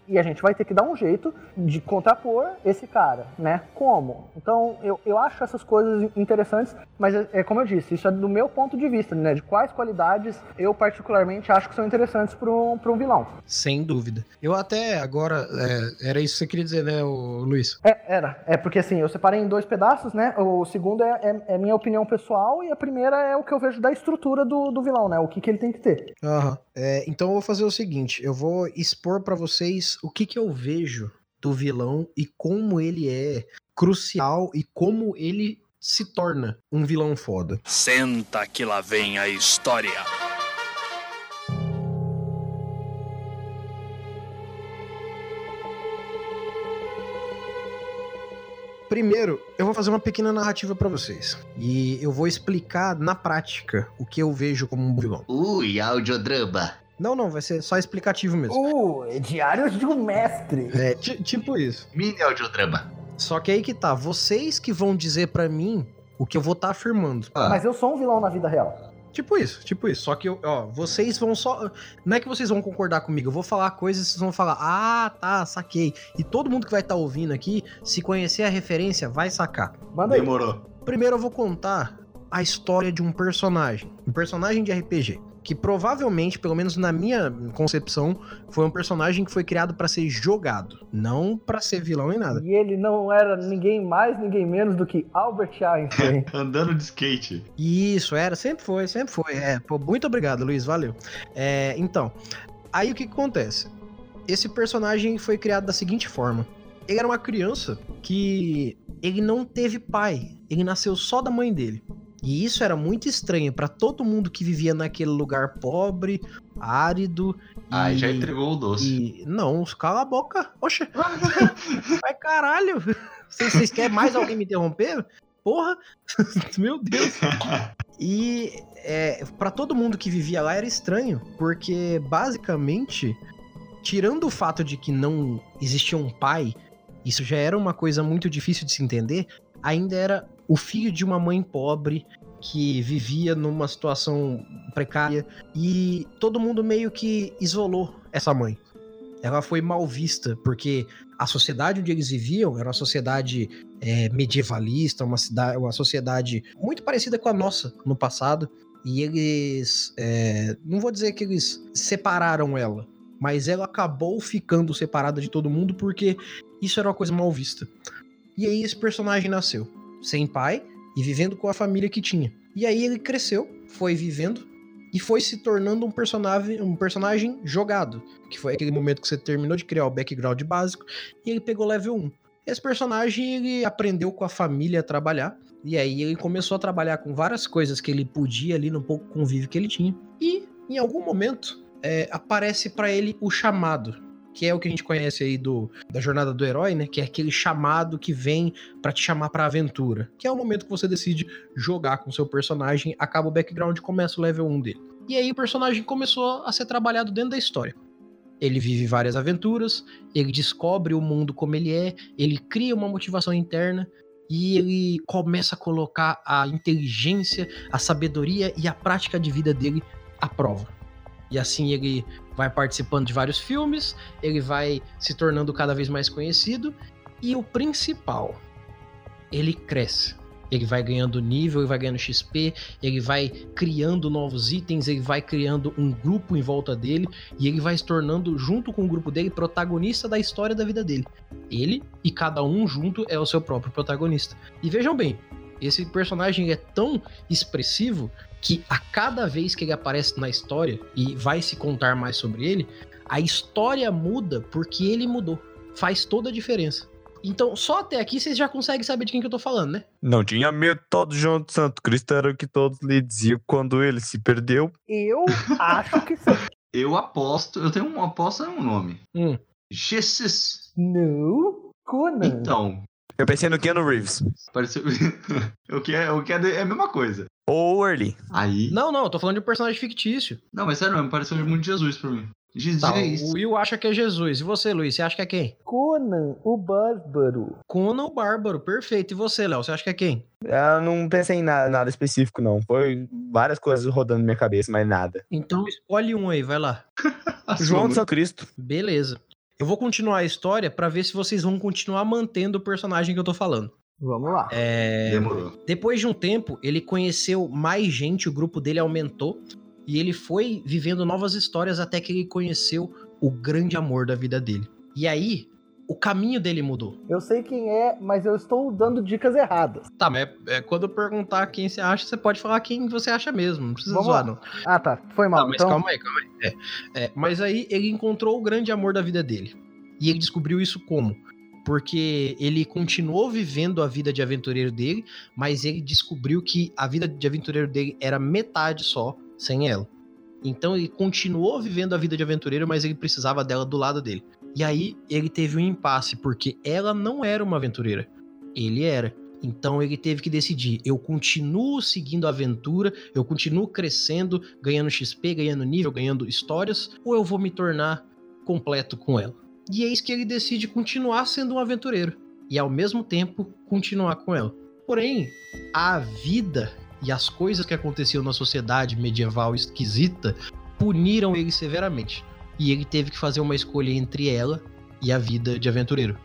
E a gente vai ter que dar um jeito de contrapor esse cara, né? Como? Então, eu acho essas coisas interessantes, mas é como eu disse, isso é do meu ponto de vista, né? De quais qualidades eu particularmente acho que são interessantes para um vilão.
Sem dúvida. Eu até agora, era isso que você queria dizer, né, Luiz?
É porque assim, eu separei em 2 pedaços, né? O segundo é minha opinião pessoal e a primeira é o que eu vejo da estrutura do vilão, né? O que ele tem que ter.
Então eu vou fazer o seguinte, eu vou expor pra vocês o que eu vejo do vilão e como ele é crucial e como ele se torna um vilão foda.
Senta que lá vem a história.
Primeiro, eu vou fazer uma pequena narrativa pra vocês. E eu vou explicar na prática o que eu vejo como um vilão.
Ui, audiodrama.
Não, vai ser só explicativo mesmo.
Diários de um mestre.
Tipo isso.
Mini audiodrama.
Só que aí que tá, vocês que vão dizer pra mim o que eu vou estar afirmando.
Mas eu sou um vilão na vida real.
Tipo isso. Só que, vocês vão só... Não é que vocês vão concordar comigo, eu vou falar coisas e vocês vão falar, tá, saquei. E todo mundo que vai estar ouvindo aqui, se conhecer a referência, vai sacar.
Manda aí.
Demorou.
Primeiro eu vou contar a história de um personagem de RPG. Que provavelmente, pelo menos na minha concepção, foi um personagem que foi criado pra ser jogado, não pra ser vilão nem nada.
E ele não era ninguém mais, ninguém menos do que Albert Einstein.
Andando de skate.
Isso, sempre foi. Muito obrigado, Luiz, valeu. Então, aí o que acontece? Esse personagem foi criado da seguinte forma. Ele era uma criança que ele não teve pai, ele nasceu só da mãe dele. E isso era muito estranho pra todo mundo que vivia naquele lugar pobre, árido.
Já entregou o doce.
Não, cala a boca. Oxe. Vai caralho. Vocês querem mais alguém me interromper? Porra. Meu Deus. E pra todo mundo que vivia lá era estranho, porque basicamente, tirando o fato de que não existia um pai, isso já era uma coisa muito difícil de se entender, ainda era o filho de uma mãe pobre que vivia numa situação precária e todo mundo meio que isolou essa mãe. Ela foi mal vista porque a sociedade onde eles viviam era uma sociedade medievalista, uma sociedade muito parecida com a nossa no passado, e eles, não vou dizer que eles separaram ela, mas ela acabou ficando separada de todo mundo porque isso era uma coisa mal vista. E aí esse personagem nasceu sem pai e vivendo com a família que tinha. E aí ele cresceu, foi vivendo e foi se tornando um personagem jogado, que foi aquele momento que você terminou de criar o background básico e ele pegou level 1. Esse personagem, ele aprendeu com a família a trabalhar, e aí ele começou a trabalhar com várias coisas que ele podia ali no pouco convívio que ele tinha. E em algum momento aparece pra ele o chamado, que é o que a gente conhece aí da jornada do herói, né? Que é aquele chamado que vem pra te chamar pra aventura. Que é o momento que você decide jogar com seu personagem, acaba o background e começa o level 1 dele. E aí o personagem começou a ser trabalhado dentro da história. Ele vive várias aventuras, ele descobre o mundo como ele é, ele cria uma motivação interna e ele começa a colocar a inteligência, a sabedoria e a prática de vida dele à prova. E assim ele vai participando de vários filmes, ele vai se tornando cada vez mais conhecido. E o principal, ele cresce. Ele vai ganhando nível, ele vai ganhando XP, ele vai criando novos itens, ele vai criando um grupo em volta dele. E ele vai se tornando, junto com o grupo dele, protagonista da história da vida dele. Ele e cada um junto é o seu próprio protagonista. E vejam bem, esse personagem é tão expressivo que a cada vez que ele aparece na história e vai se contar mais sobre ele, a história muda porque ele mudou. Faz toda a diferença. Então, só até aqui vocês já conseguem saber de quem que eu tô falando, né?
Não tinha medo, todo João de Santo Cristo era o que todos lhe diziam quando ele se perdeu.
Eu acho que sim.
Eu aposto, eu tenho uma aposta em um nome. Jesus.
Não, Conan.
Então.
Eu pensei no Keanu Reeves.
Pareceu... o que é a mesma coisa.
Ou Early.
Aí...
Não, eu tô falando de um personagem fictício.
Não, mas sério, me pareceu muito Jesus pra mim. Jesus.
Tá, o Will acha que é Jesus. E você, Luiz, você acha que é quem?
Conan, o Bárbaro.
Conan o Bárbaro, perfeito. E você, Léo, você acha que é quem?
Eu não pensei em nada específico, não. Foi várias coisas rodando na minha cabeça, mas nada.
Então escolhe um aí, vai lá.
João de Santo Cristo.
Beleza. Eu vou continuar a história pra ver se vocês vão continuar mantendo o personagem que eu tô falando.
Vamos lá.
Demorou.
Depois de um tempo, ele conheceu mais gente, o grupo dele aumentou, e ele foi vivendo novas histórias até que ele conheceu o grande amor da vida dele. E aí, o caminho dele mudou.
Eu sei quem é, mas eu estou dando dicas erradas.
Tá, mas quando eu perguntar quem você acha, você pode falar quem você acha mesmo, não precisa
Vamos
zoar,
lá.
não.
Ah, tá. Foi mal.
Tá, mas
então...
calma aí. Mas aí ele encontrou o grande amor da vida dele. E ele descobriu isso como? Porque ele continuou vivendo a vida de aventureiro dele, mas ele descobriu que a vida de aventureiro dele era metade só, sem ela. Então ele continuou vivendo a vida de aventureiro, mas ele precisava dela do lado dele. E aí ele teve um impasse, porque ela não era uma aventureira. Ele era. Então ele teve que decidir, eu continuo seguindo a aventura, eu continuo crescendo, ganhando XP, ganhando nível, ganhando histórias, ou eu vou me tornar completo com ela? E eis que ele decide continuar sendo um aventureiro, e ao mesmo tempo continuar com ela. Porém, a vida e as coisas que aconteciam na sociedade medieval esquisita puniram ele severamente. E ele teve que fazer uma escolha entre ela e a vida de aventureiro.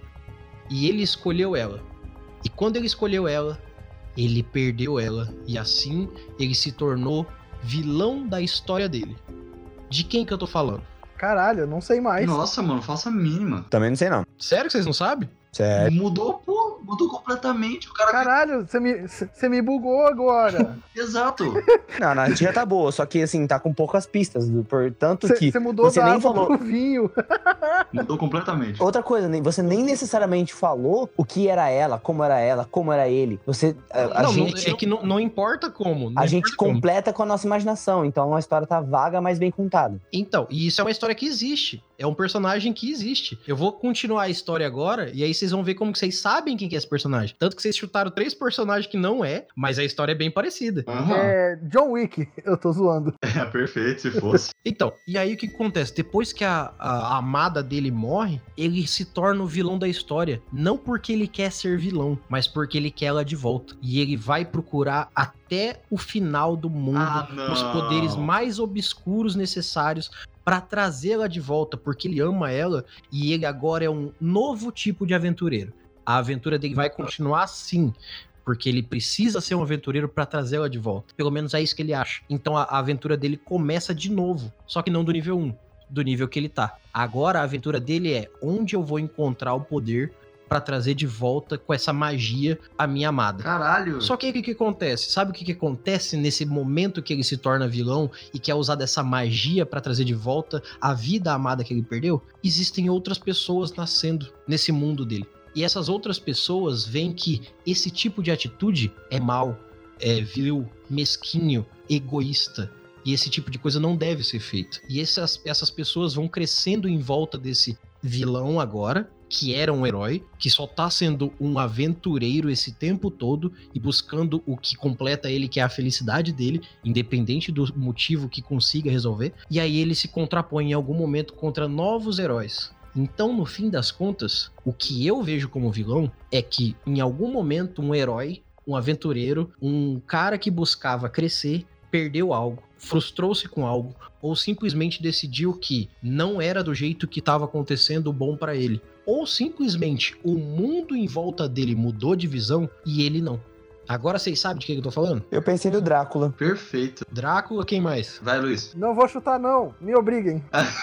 E ele escolheu ela. E quando ele escolheu ela, ele perdeu ela. E assim ele se tornou vilão da história dele. De quem que eu tô falando?
Caralho, eu não sei mais.
Nossa, mano, faça a mínima.
Também não sei, não.
Sério que vocês não sabem?
Sério.
Mudou completamente. O cara.
Caralho, você me bugou agora.
Exato.
Não, a narrativa tá boa, só que assim, tá com poucas pistas. Portanto que.
Você mudou
você
da
nem
água
falou.
pro vinho.
Mudou completamente.
Outra coisa, você nem necessariamente falou o que era ela, como era ele. Você. A gente.
É que não importa como.
A gente completa com a nossa imaginação. Então a história tá vaga, mas bem contada.
Então, e isso é uma história que existe. É um personagem que existe. Eu vou continuar a história agora, e aí vocês vão ver como que vocês sabem quem que é esse personagem. Tanto que vocês chutaram 3 personagens que não é, mas a história é bem parecida.
Aham.
É John Wick, eu tô zoando.
É perfeito, se fosse.
Então, e aí o que acontece? Depois que a amada dele morre, ele se torna o vilão da história. Não porque ele quer ser vilão, mas porque ele quer ela de volta. E ele vai procurar até o final do mundo os poderes mais obscuros necessários pra trazê-la de volta, porque ele ama ela e ele agora é um novo tipo de aventureiro. A aventura dele vai continuar assim, porque ele precisa ser um aventureiro pra trazê-la de volta. Pelo menos é isso que ele acha. Então a aventura dele começa de novo, só que não do nível 1, do nível que ele tá. Agora a aventura dele é onde eu vou encontrar o poder pra trazer de volta com essa magia a minha amada.
Caralho.
Só que aí o que acontece? Sabe o que acontece nesse momento que ele se torna vilão e quer usar dessa magia pra trazer de volta a vida amada que ele perdeu? Existem outras pessoas nascendo nesse mundo dele. E essas outras pessoas veem que esse tipo de atitude é mau, é vil, mesquinho, egoísta. E esse tipo de coisa não deve ser feita. E essas pessoas vão crescendo em volta desse vilão agora, que era um herói, que só tá sendo um aventureiro esse tempo todo e buscando o que completa ele, que é a felicidade dele, independente do motivo que consiga resolver. E aí ele se contrapõe em algum momento contra novos heróis. Então, no fim das contas, o que eu vejo como vilão é que, em algum momento, um herói, um aventureiro, um cara que buscava crescer, perdeu algo, frustrou-se com algo, ou simplesmente decidiu que não era do jeito que estava acontecendo bom pra ele. Ou simplesmente o mundo em volta dele mudou de visão e ele não. Agora vocês sabem de que eu tô falando?
Eu pensei no Drácula.
Perfeito.
Drácula, quem mais?
Vai, Luiz.
Não vou chutar, não. Me obriguem.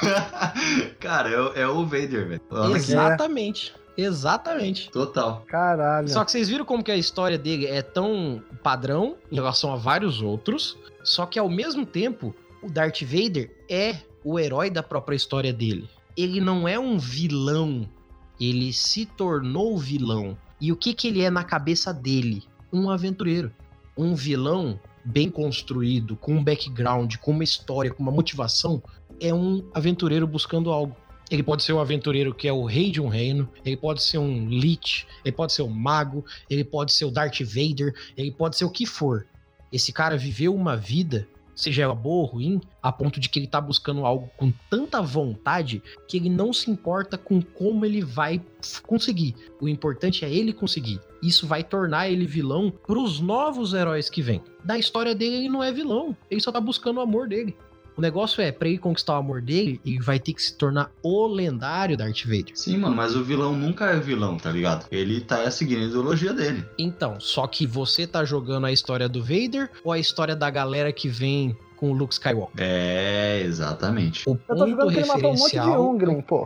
Cara, é o Vader, velho.
Exatamente. Exatamente.
Total.
Caralho.
Só que vocês viram como que a história dele é tão padrão em relação a vários outros, só que ao mesmo tempo, o Darth Vader é o herói da própria história dele. Ele não é um vilão, ele se tornou vilão. E o que ele é na cabeça dele? Um aventureiro. Um vilão bem construído, com um background, com uma história, com uma motivação, é um aventureiro buscando algo. Ele pode ser um aventureiro que é o rei de um reino, ele pode ser um Lich, ele pode ser um mago, ele pode ser o Darth Vader, ele pode ser o que for. Esse cara viveu uma vida, seja ela boa ou ruim, a ponto de que ele tá buscando algo com tanta vontade que ele não se importa com como ele vai conseguir. O importante é ele conseguir. Isso vai tornar ele vilão pros novos heróis que vêm. Na história dele, ele não é vilão, ele só tá buscando o amor dele. O negócio é, pra ele conquistar o amor dele, ele vai ter que se tornar o lendário Darth Vader.
Sim, mano, mas o vilão nunca é vilão, tá ligado? Ele tá seguindo a ideologia dele.
Então, só que você tá jogando a história do Vader ou a história da galera que vem com o Luke Skywalker?
É, exatamente.
O
Eu tô
ponto
julgando que ele matou um monte de
referencial...
Youngling, pô.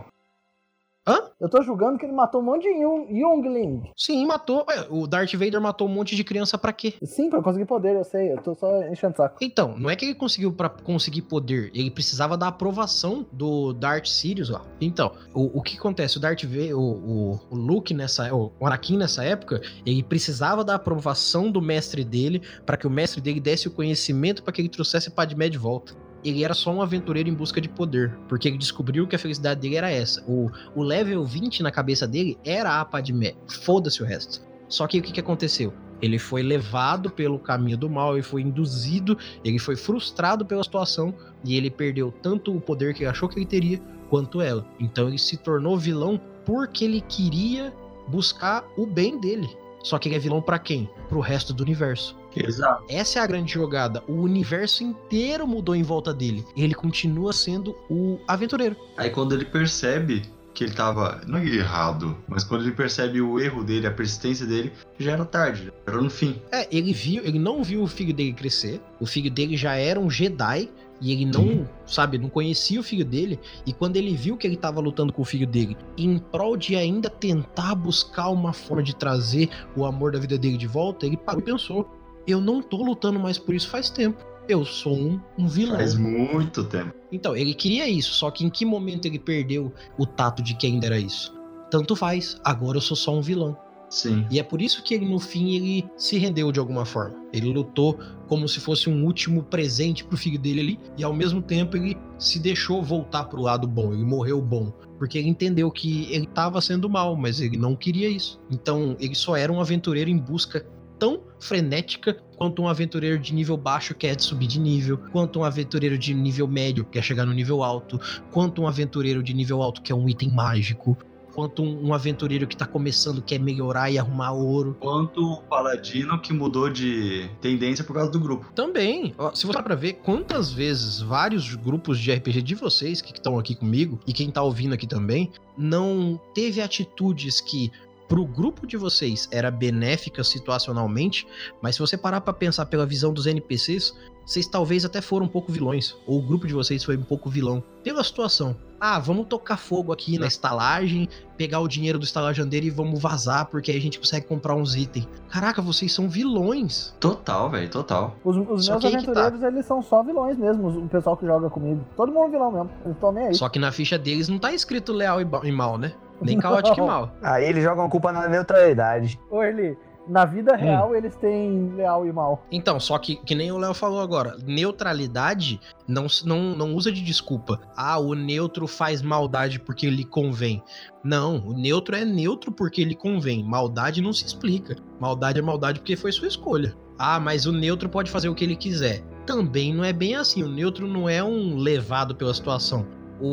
Hã?
Eu tô julgando que ele matou um monte de Youngling.
Sim, matou. Ué, o Darth Vader matou um monte de criança pra quê?
Sim, pra conseguir poder, eu sei. Eu tô só enchendo o saco.
Então, não é que ele conseguiu pra conseguir poder, ele precisava da aprovação do Darth Sidious lá. Então, o que acontece? O Darth Vader, o Luke o Anakin nessa época, ele precisava da aprovação do mestre dele pra que o mestre dele desse o conhecimento pra que ele trouxesse Padmé de volta. Ele era só um aventureiro em busca de poder, porque ele descobriu que a felicidade dele era essa. O level 20 na cabeça dele era a Padmé. Foda-se o resto. Só que o que aconteceu? Ele foi levado pelo caminho do mal, ele foi induzido, ele foi frustrado pela situação e ele perdeu tanto o poder que ele achou que ele teria, quanto ela. Então ele se tornou vilão porque ele queria buscar o bem dele. Só que ele é vilão pra quem? Pro resto do universo.
Exato.
Essa é a grande jogada. O universo inteiro mudou em volta dele. Ele continua sendo o aventureiro.
Aí quando ele percebe que ele tava, não é errado, mas quando ele percebe o erro dele, a persistência dele, já era tarde, já era no fim.
Ele não viu o filho dele crescer. O filho dele já era um Jedi. E ele não, não conhecia o filho dele. E quando ele viu que ele tava lutando com o filho dele, em prol de ainda tentar buscar uma forma de trazer o amor da vida dele de volta, ele parou e pensou: eu não tô lutando mais por isso faz tempo. Eu sou um vilão.
Faz muito tempo.
Então, ele queria isso, só que em que momento ele perdeu o tato de que ainda era isso? Tanto faz, agora eu sou só um vilão.
Sim.
E é por isso que ele, no fim, ele se rendeu de alguma forma. Ele lutou como se fosse um último presente pro filho dele ali, e ao mesmo tempo ele se deixou voltar pro lado bom, ele morreu bom. Porque ele entendeu que ele estava sendo mal, mas ele não queria isso. Então, ele só era um aventureiro em busca tão frenética quanto um aventureiro de nível baixo quer subir de nível, quanto um aventureiro de nível médio quer chegar no nível alto, quanto um aventureiro de nível alto quer um item mágico, quanto um aventureiro que tá começando quer melhorar e arrumar ouro.
Quanto o paladino que mudou de tendência por causa do grupo.
Também, ó, se você para ver quantas vezes vários grupos de RPG de vocês que estão aqui comigo e quem tá ouvindo aqui também, não teve atitudes que pro grupo de vocês era benéfica situacionalmente, mas se você parar pra pensar pela visão dos NPCs, vocês talvez até foram um pouco vilões, ou o grupo de vocês foi um pouco vilão, pela situação. Ah, vamos tocar fogo aqui na estalagem, pegar o dinheiro do estalajandeiro e vamos vazar, porque aí a gente consegue comprar uns itens. Caraca, vocês são vilões.
Total, velho, total.
Os meus aventureiros, eles são só vilões mesmo, o pessoal que joga comigo. Todo mundo é vilão mesmo, eles estão nem aí.
Só que na ficha deles não tá escrito leal e mal, né? Nem caótico e mal.
Aí eles jogam a culpa na neutralidade.
Ô, Erli, na vida real eles têm leal e mal.
Então, só que nem o Léo falou agora, neutralidade não usa de desculpa. Ah, o neutro faz maldade porque lhe convém. Não, o neutro é neutro porque lhe convém. Maldade não se explica. Maldade é maldade porque foi sua escolha. Ah, mas o neutro pode fazer o que ele quiser. Também não é bem assim. O neutro não é um levado pela situação.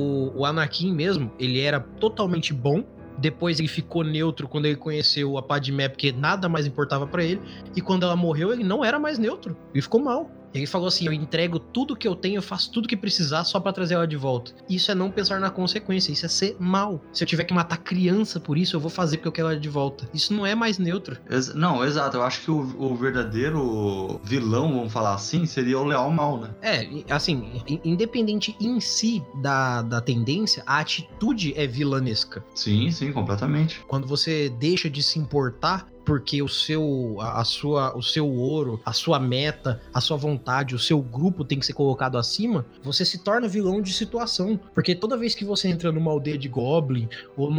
O Anakin mesmo, ele era totalmente bom. Depois ele ficou neutro quando ele conheceu a Padmé, porque nada mais importava pra ele. E quando ela morreu, ele não era mais neutro. Ele ficou mal. Ele falou assim, eu entrego tudo que eu tenho, eu faço tudo que precisar só pra trazer ela de volta. Isso é não pensar na consequência, isso é ser mal. Se eu tiver que matar criança por isso, eu vou fazer porque eu quero ela de volta. Isso não é mais neutro.
Não, exato. Eu acho que o verdadeiro vilão, vamos falar assim, seria o leal mal, né?
É, assim, independente em si da tendência, a atitude é vilanesca.
Sim, sim, completamente.
Quando você deixa de se importar porque o seu ouro, a sua meta, a sua vontade, o seu grupo tem que ser colocado acima, você se torna vilão de situação. Porque toda vez que você entra numa aldeia de Goblin ou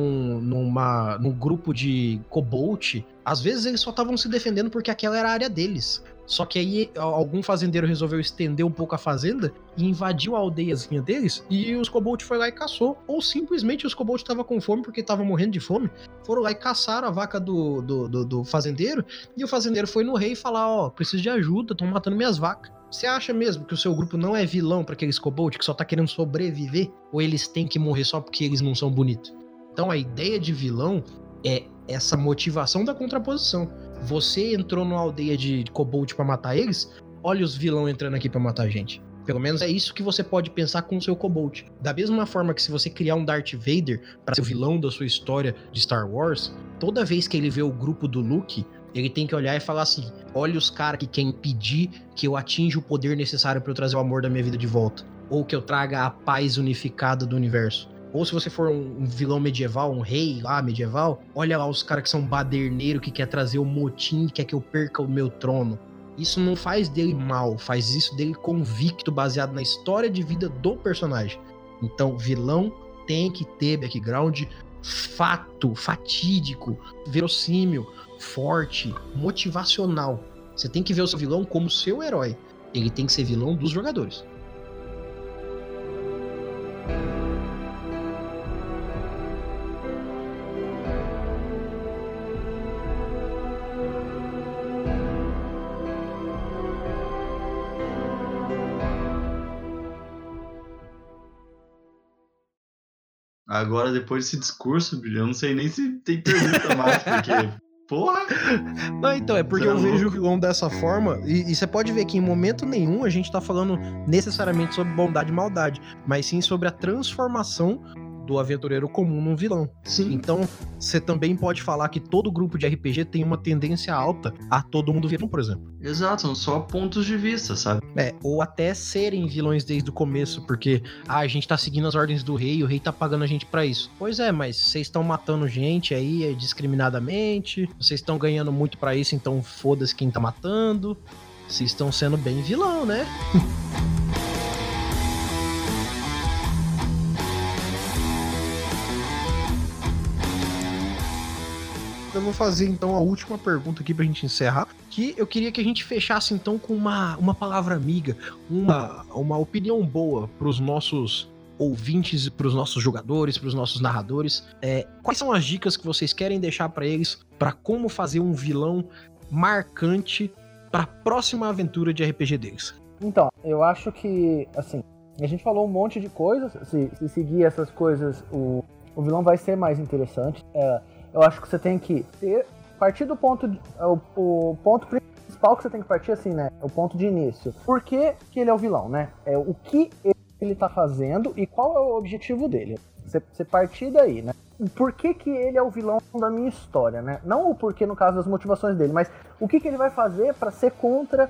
num grupo de Kobold, às vezes eles só estavam se defendendo porque aquela era a área deles. Só que aí algum fazendeiro resolveu estender um pouco a fazenda e invadiu a aldeiazinha deles e os Kobold foi lá e caçou. Ou simplesmente os Kobold estavam com fome porque estavam morrendo de fome. Foram lá e caçaram a vaca do fazendeiro e o fazendeiro foi no rei falar, ó, preciso de ajuda, estão matando minhas vacas. Você acha mesmo que o seu grupo não é vilão para aqueles Kobold que só tá querendo sobreviver? Ou eles têm que morrer só porque eles não são bonitos? Então a ideia de vilão é essa motivação da contraposição. Você entrou numa aldeia de Kobold pra matar eles, olha os vilão entrando aqui pra matar a gente. Pelo menos é isso que você pode pensar com o seu Cobalt. Da mesma forma que se você criar um Darth Vader para ser o vilão da sua história de Star Wars, toda vez que ele vê o grupo do Luke, ele tem que olhar e falar assim: olha os caras que querem impedir que eu atinja o poder necessário para eu trazer o amor da minha vida de volta. Ou que eu traga a paz unificada do universo. Ou se você for um vilão medieval, um rei lá medieval, olha lá os caras que são baderneiro, que quer trazer o motim, que quer que eu perca o meu trono. Isso não faz dele mal, faz isso dele convicto, baseado na história de vida do personagem. Então, vilão tem que ter background fatídico, verossímil, forte, motivacional. Você tem que ver o seu vilão como seu herói. Ele tem que ser vilão dos jogadores.
Agora, depois desse discurso, eu não sei nem se tem pergunta mais, porque... Porra!
Não, então, é porque eu vejo o vilão dessa forma, e você pode ver que em momento nenhum a gente tá falando necessariamente sobre bondade e maldade, mas sim sobre a transformação do aventureiro comum num vilão.
Sim.
Então, você também pode falar que todo grupo de RPG tem uma tendência alta a todo mundo vilão, por exemplo.
Exato, são só pontos de vista, sabe?
Ou até serem vilões desde o começo, porque a gente tá seguindo as ordens do rei, o rei tá pagando a gente pra isso. Pois é, mas vocês estão matando gente aí discriminadamente, vocês estão ganhando muito pra isso, então foda-se quem tá matando. Vocês estão sendo bem vilão, né? Eu vou fazer então a última pergunta aqui pra gente encerrar, que eu queria que a gente fechasse então com uma palavra amiga, uma opinião boa pros nossos ouvintes, pros nossos jogadores, pros nossos narradores. Quais são as dicas que vocês querem deixar pra eles pra como fazer um vilão marcante pra próxima aventura de RPG deles?
Então, eu acho que, assim, a gente falou um monte de coisas, se seguir essas coisas, o vilão vai ser mais interessante. Eu acho que você tem que partir do ponto... O ponto principal que você tem que partir, assim, né? O ponto de início. Por que ele é o vilão, né? O que ele tá fazendo e qual é o objetivo dele. Você partir daí, né? Por que ele é o vilão da minha história, né? Não o porquê, no caso, das motivações dele, mas o que ele vai fazer para ser contra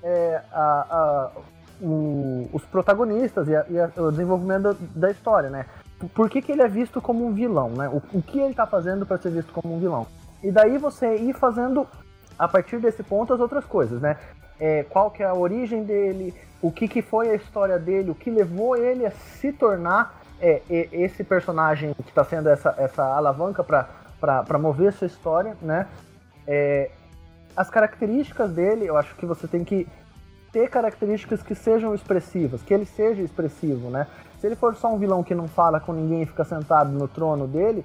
os protagonistas e o desenvolvimento da história, né? Por que ele é visto como um vilão, né? O que ele tá fazendo para ser visto como um vilão. E daí você ir fazendo, a partir desse ponto, as outras coisas, né? Qual que é a origem dele, o que foi a história dele, o que levou ele a se tornar esse personagem que tá sendo essa alavanca para mover sua história, né? As características dele, eu acho que você tem que ter características que sejam expressivas, que ele seja expressivo, né? Se ele for só um vilão que não fala com ninguém e fica sentado no trono dele,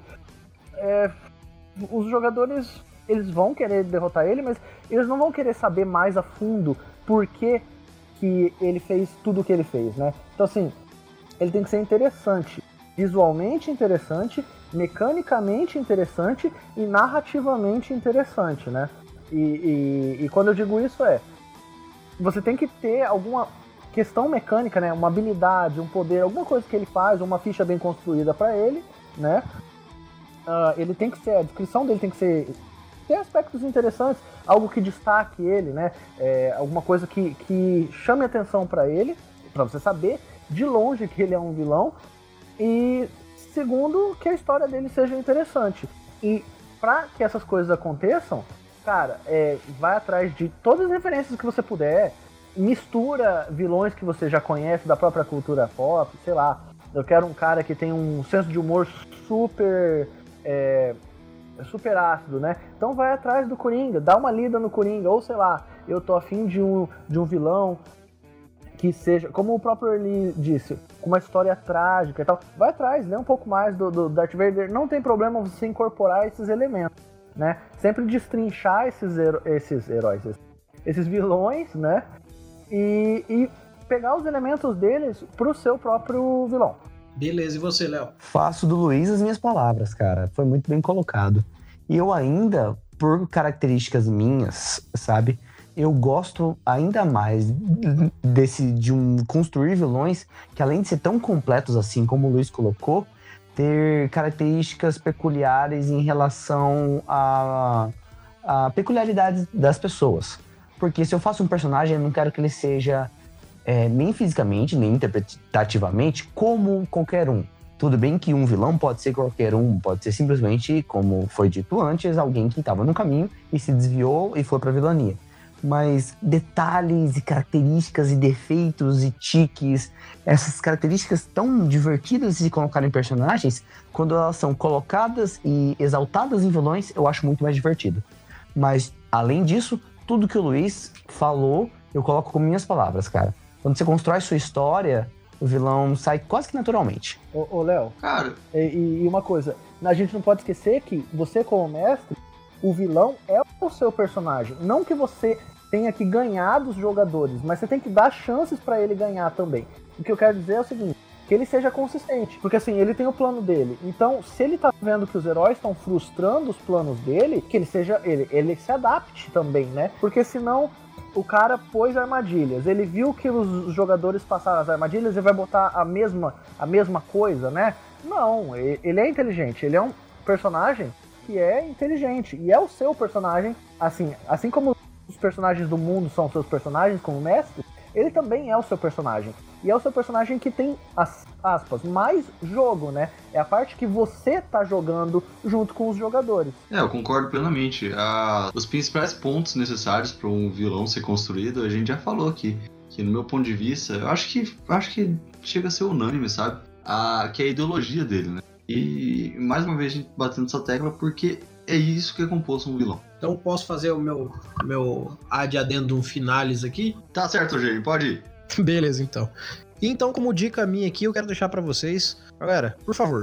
os jogadores, eles vão querer derrotar ele, mas eles não vão querer saber mais a fundo por que ele fez tudo o que ele fez, né? Então, assim, ele tem que ser interessante, visualmente interessante, mecanicamente interessante e narrativamente interessante, né? E quando eu digo isso você tem que ter alguma questão mecânica, né? Uma habilidade, um poder, alguma coisa que ele faz, uma ficha bem construída para ele, né? Ele tem que ser, a descrição dele tem que ter aspectos interessantes, algo que destaque ele, né? Alguma coisa que chame atenção para ele, para você saber de longe que ele é um vilão. E segundo, que a história dele seja interessante. E para que essas coisas aconteçam, cara, vai atrás de todas as referências que você puder, mistura vilões que você já conhece da própria cultura pop, sei lá. Eu quero um cara que tem um senso de humor super ácido, né? Então vai atrás do Coringa, dá uma lida no Coringa, ou sei lá, eu tô afim de um vilão que seja, como o próprio Erli disse, com uma história trágica e tal. Vai atrás, lê um pouco mais do Darth Vader, não tem problema você incorporar esses elementos, né? Sempre destrinchar esses heróis, esses vilões, né? E pegar os elementos deles pro seu próprio vilão.
Beleza, e você, Léo?
Faço do Luiz as minhas palavras, cara. Foi muito bem colocado. E eu ainda, por características minhas, sabe? eu gosto ainda mais de construir vilões que, além de ser tão completos assim como o Luiz colocou, ter características peculiares em relação a peculiaridades das pessoas. Porque se eu faço um personagem, eu não quero que ele seja nem fisicamente, nem interpretativamente como qualquer um. Tudo bem que um vilão pode ser qualquer um, pode ser simplesmente, como foi dito antes, alguém que estava no caminho e se desviou e foi para a vilania. Mas detalhes e características e defeitos e tiques, essas características tão divertidas de se colocar em personagens, quando elas são colocadas e exaltadas em vilões, eu acho muito mais divertido. Mas, além disso, tudo que o Luiz falou, eu coloco com minhas palavras, cara. Quando você constrói sua história, o vilão sai quase que naturalmente.
Ô Léo,
Cara,
e uma coisa, a gente não pode esquecer que você, como mestre, o vilão é o seu personagem. Não que você tenha que ganhar dos jogadores, mas você tem que dar chances pra ele ganhar também. O que eu quero dizer é o seguinte, que ele seja consistente, porque assim, ele tem o plano dele. Então, se ele tá vendo que os heróis estão frustrando os planos dele, que ele se adapte também, né? Porque senão o cara pôs armadilhas, ele viu que os jogadores passaram as armadilhas e vai botar a mesma coisa, né? Não, ele é inteligente, ele é um personagem que é inteligente, e é o seu personagem, assim como os personagens do mundo são seus personagens como mestre, ele também é o seu personagem. E é o seu personagem que tem, aspas, mais jogo, né? É a parte que você tá jogando junto com os jogadores.
eu concordo plenamente. Os principais pontos necessários para um vilão ser construído, a gente já falou aqui. Que no meu ponto de vista, eu acho que chega a ser unânime, sabe? Que é a ideologia dele, né? E mais uma vez a gente batendo essa tecla porque é isso que é composto um vilão.
Então posso fazer o meu ad addendum finalis aqui?
Tá certo, Eugênio, pode ir.
Beleza, então. E então, como dica minha aqui, eu quero deixar pra vocês... Galera, por favor,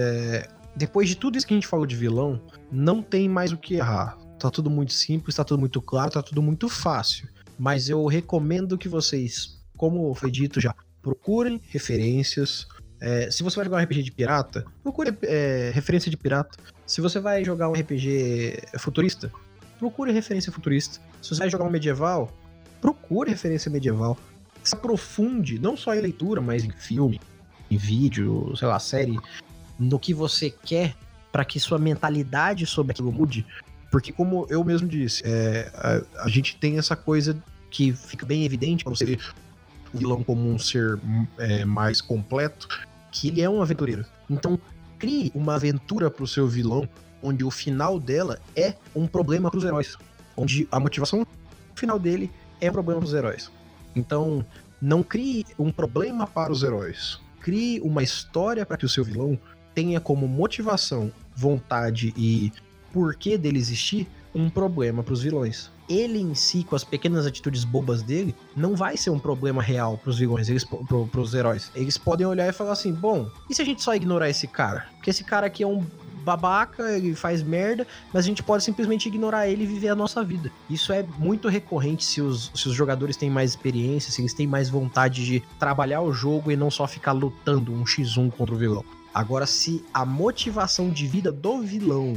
depois de tudo isso que a gente falou de vilão, não tem mais o que errar. Tá tudo muito simples, tá tudo muito claro, tá tudo muito fácil. Mas eu recomendo que vocês, como foi dito já, procurem referências. Se você vai jogar um RPG de pirata, procure referência de pirata. Se você vai jogar um RPG futurista, procure referência futurista. Se você vai jogar um medieval, procure referência medieval. Se aprofunde, não só em leitura, mas em filme, em vídeo, sei lá, série, no que você quer para que sua mentalidade sobre aquilo mude. Porque como eu mesmo disse, a gente tem essa coisa que fica bem evidente quando você vê o vilão como um ser mais completo, que ele é um aventureiro. Então, crie uma aventura pro seu vilão, onde o final dela é um problema pros heróis. Onde a motivação final dele é um problema pros heróis. Então, não crie um problema para os heróis. Crie uma história para que o seu vilão tenha como motivação, vontade e porquê dele existir um problema para os vilões. Ele em si, com as pequenas atitudes bobas dele, não vai ser um problema real para os vilões, pros heróis. Eles podem olhar e falar assim, bom, e se a gente só ignorar esse cara? Porque esse cara aqui é um babaca, ele faz merda, mas a gente pode simplesmente ignorar ele e viver a nossa vida. Isso é muito recorrente se os jogadores têm mais experiência, se eles têm mais vontade de trabalhar o jogo e não só ficar lutando um x1 contra o vilão. Agora, se a motivação de vida do vilão,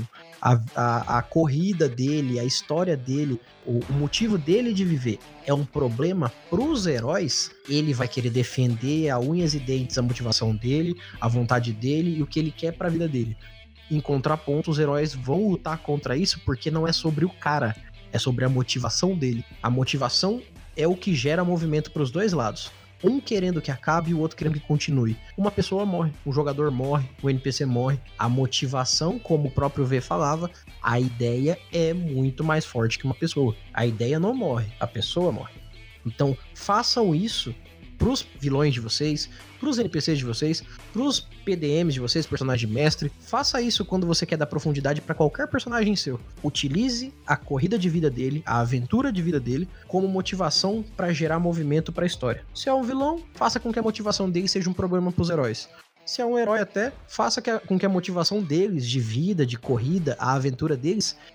a corrida dele, a história dele, o motivo dele de viver é um problema pros heróis, ele vai querer defender a unhas e dentes a motivação dele, a vontade dele e o que ele quer pra vida dele. Em contraponto, os heróis vão lutar contra isso porque não é sobre o cara, é sobre a motivação dele. A motivação é o que gera movimento pros dois lados. Um querendo que acabe e o outro querendo que continue. Uma pessoa morre, um jogador morre, o NPC morre. A motivação, como o próprio V falava, a ideia é muito mais forte que uma pessoa. A ideia não morre, a pessoa morre. Então, façam isso pros vilões de vocês, pros NPCs de vocês, pros PDMs de vocês, personagem mestre. Faça isso quando você quer dar profundidade para qualquer personagem seu. Utilize a corrida de vida dele, a aventura de vida dele, como motivação para gerar movimento para a história. Se é um vilão, faça com que a motivação dele seja um problema pros heróis. Se é um herói até, faça com que a motivação deles, de vida, de corrida, a aventura deles,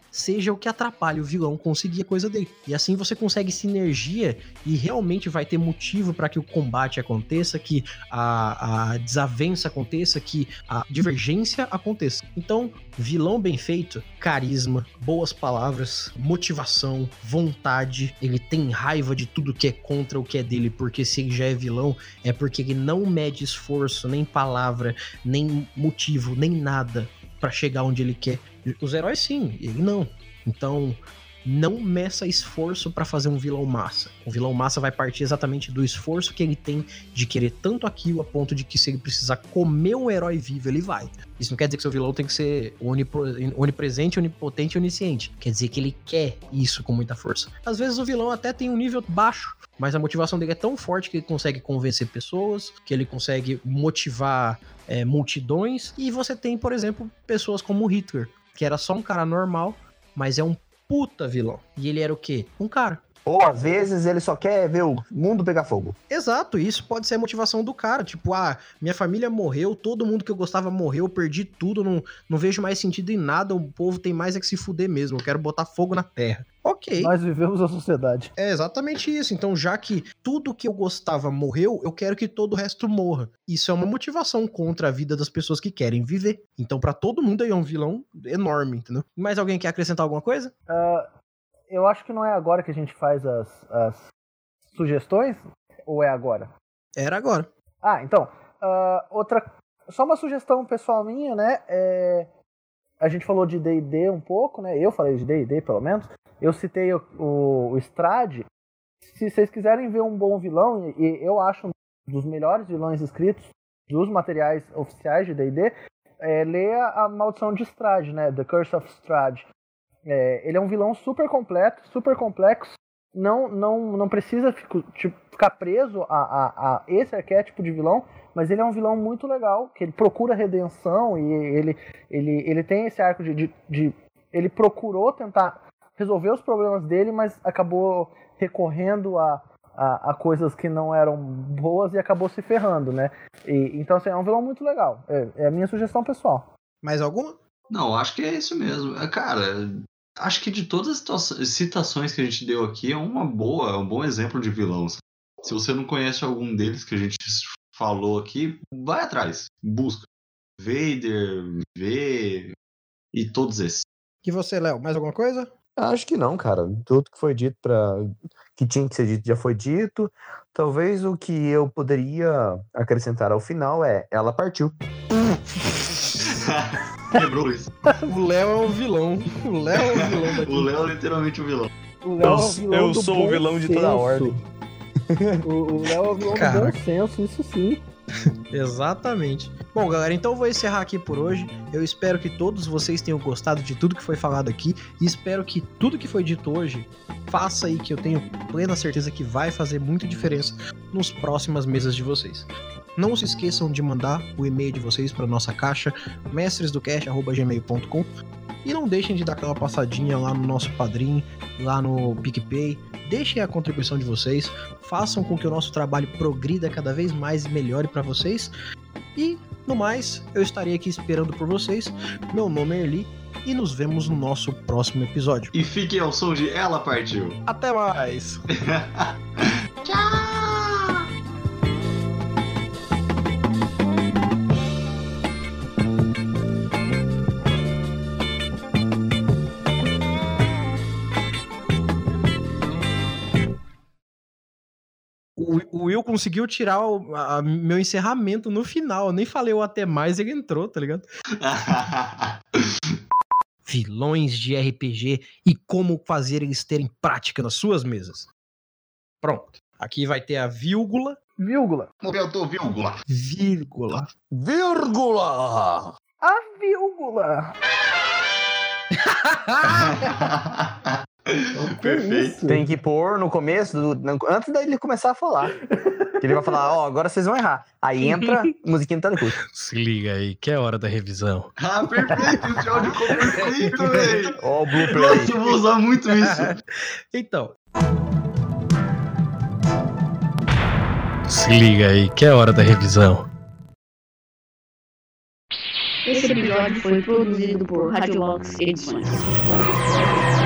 seja o que atrapalhe o vilão conseguir a coisa dele. E assim você consegue sinergia e realmente vai ter motivo para que o combate aconteça, que a desavença aconteça, que a divergência aconteça. Então, vilão bem feito, carisma, boas palavras, motivação, vontade, ele tem raiva de tudo que é contra o que é dele, porque se ele já é vilão, é porque ele não mede esforço, nem palavra, nem motivo, nem nada pra chegar onde ele quer. Os heróis sim, ele não. Então, não meça esforço pra fazer um vilão massa. O vilão massa vai partir exatamente do esforço que ele tem de querer tanto aquilo a ponto de que se ele precisar comer um herói vivo, ele vai. Isso não quer dizer que seu vilão tem que ser onipresente, onipotente e onisciente. Quer dizer que ele quer isso com muita força. Às vezes o vilão até tem um nível baixo, mas a motivação dele é tão forte que ele consegue convencer pessoas, que ele consegue motivar multidões. E você tem, por exemplo, pessoas como o Hitler, que era só um cara normal, mas é um puta vilão. E ele era o quê? Um cara.
Ou às vezes ele só quer ver o mundo pegar fogo.
Exato, isso pode ser a motivação do cara. Tipo, minha família morreu, todo mundo que eu gostava morreu, perdi tudo, não vejo mais sentido em nada, o povo tem mais é que se fuder mesmo, eu quero botar fogo na terra. Ok.
Nós vivemos a sociedade.
É exatamente isso. Então, já que tudo que eu gostava morreu, eu quero que todo o resto morra. Isso é uma motivação contra a vida das pessoas que querem viver. Então, pra todo mundo aí é um vilão enorme, entendeu? Mais alguém quer acrescentar alguma coisa?
Eu acho que não é agora que a gente faz as sugestões, ou é agora?
Era agora.
Então, só uma sugestão pessoal minha, né? A gente falou de D&D um pouco, né? Eu falei de D&D, pelo menos. Eu citei o Strahd. Se vocês quiserem ver um bom vilão, e eu acho um dos melhores vilões escritos dos materiais oficiais de D&D, leia a Maldição de Strahd, né? The Curse of Strahd. Ele é um vilão super completo, super complexo. Não precisa ficar preso a esse arquétipo de vilão, mas ele é um vilão muito legal, que ele procura redenção e ele tem esse arco de ele procurou tentar resolver os problemas dele, mas acabou recorrendo a coisas que não eram boas e acabou se ferrando, né? Então, assim, é um vilão muito legal. É a minha sugestão pessoal.
Mais alguma?
Não, acho que é isso mesmo. Cara, acho que de todas as citações que a gente deu aqui, é um bom exemplo de vilão. Se você não conhece algum deles que a gente falou aqui, vai atrás, busca. Vader, V e todos esses.
E você, Léo, mais alguma coisa?
Acho que não, cara. Tudo que foi dito que tinha que ser dito já foi dito. Talvez o que eu poderia acrescentar ao final ela partiu.
Quebrou isso.
O Léo é um vilão. O Léo é um vilão daqui.
O Léo é literalmente um vilão.
Eu sou o vilão de toda a ordem.
O Léo é o vilão do bom senso, isso sim.
Exatamente. Bom, galera, então eu vou encerrar aqui por hoje. Eu espero que todos vocês tenham gostado de tudo que foi falado aqui e espero que tudo que foi dito hoje faça aí, que eu tenho plena certeza que vai fazer muita diferença nos próximas mesas de vocês. Não se esqueçam de mandar o e-mail de vocês para nossa caixa mestresdocast@gmail.com e não deixem de dar aquela passadinha lá no nosso Padrim, lá no PicPay. Deixem a contribuição de vocês, façam com que o nosso trabalho progrida cada vez mais e melhore para vocês. E, no mais, eu estarei aqui esperando por vocês. Meu nome é Erli e nos vemos no nosso próximo episódio.
E fiquem ao som de Ela Partiu.
Até mais!
Tchau!
O Will conseguiu tirar meu encerramento no final. Eu nem falei o até mais, ele entrou, tá ligado? Vilões de RPG e como fazer eles terem prática nas suas mesas. Pronto. Aqui vai ter a vírgula.
Vírgula.
Momentou vírgula.
Vírgula.
Vírgula!
A vírgula.
Perfeito.
Tem que pôr no começo, antes dele começar a falar. Que ele vai falar, agora vocês vão errar. Aí entra musiquinha do Telecurso.
Se liga aí, que é hora da revisão.
Perfeito, esse áudio ficou perfeito, velho.
Ó, o blooper
Nossa,
aí.
eu vou usar muito isso.
Então. Se liga aí, que é hora da revisão.
Esse episódio foi produzido por Radiobox Edições.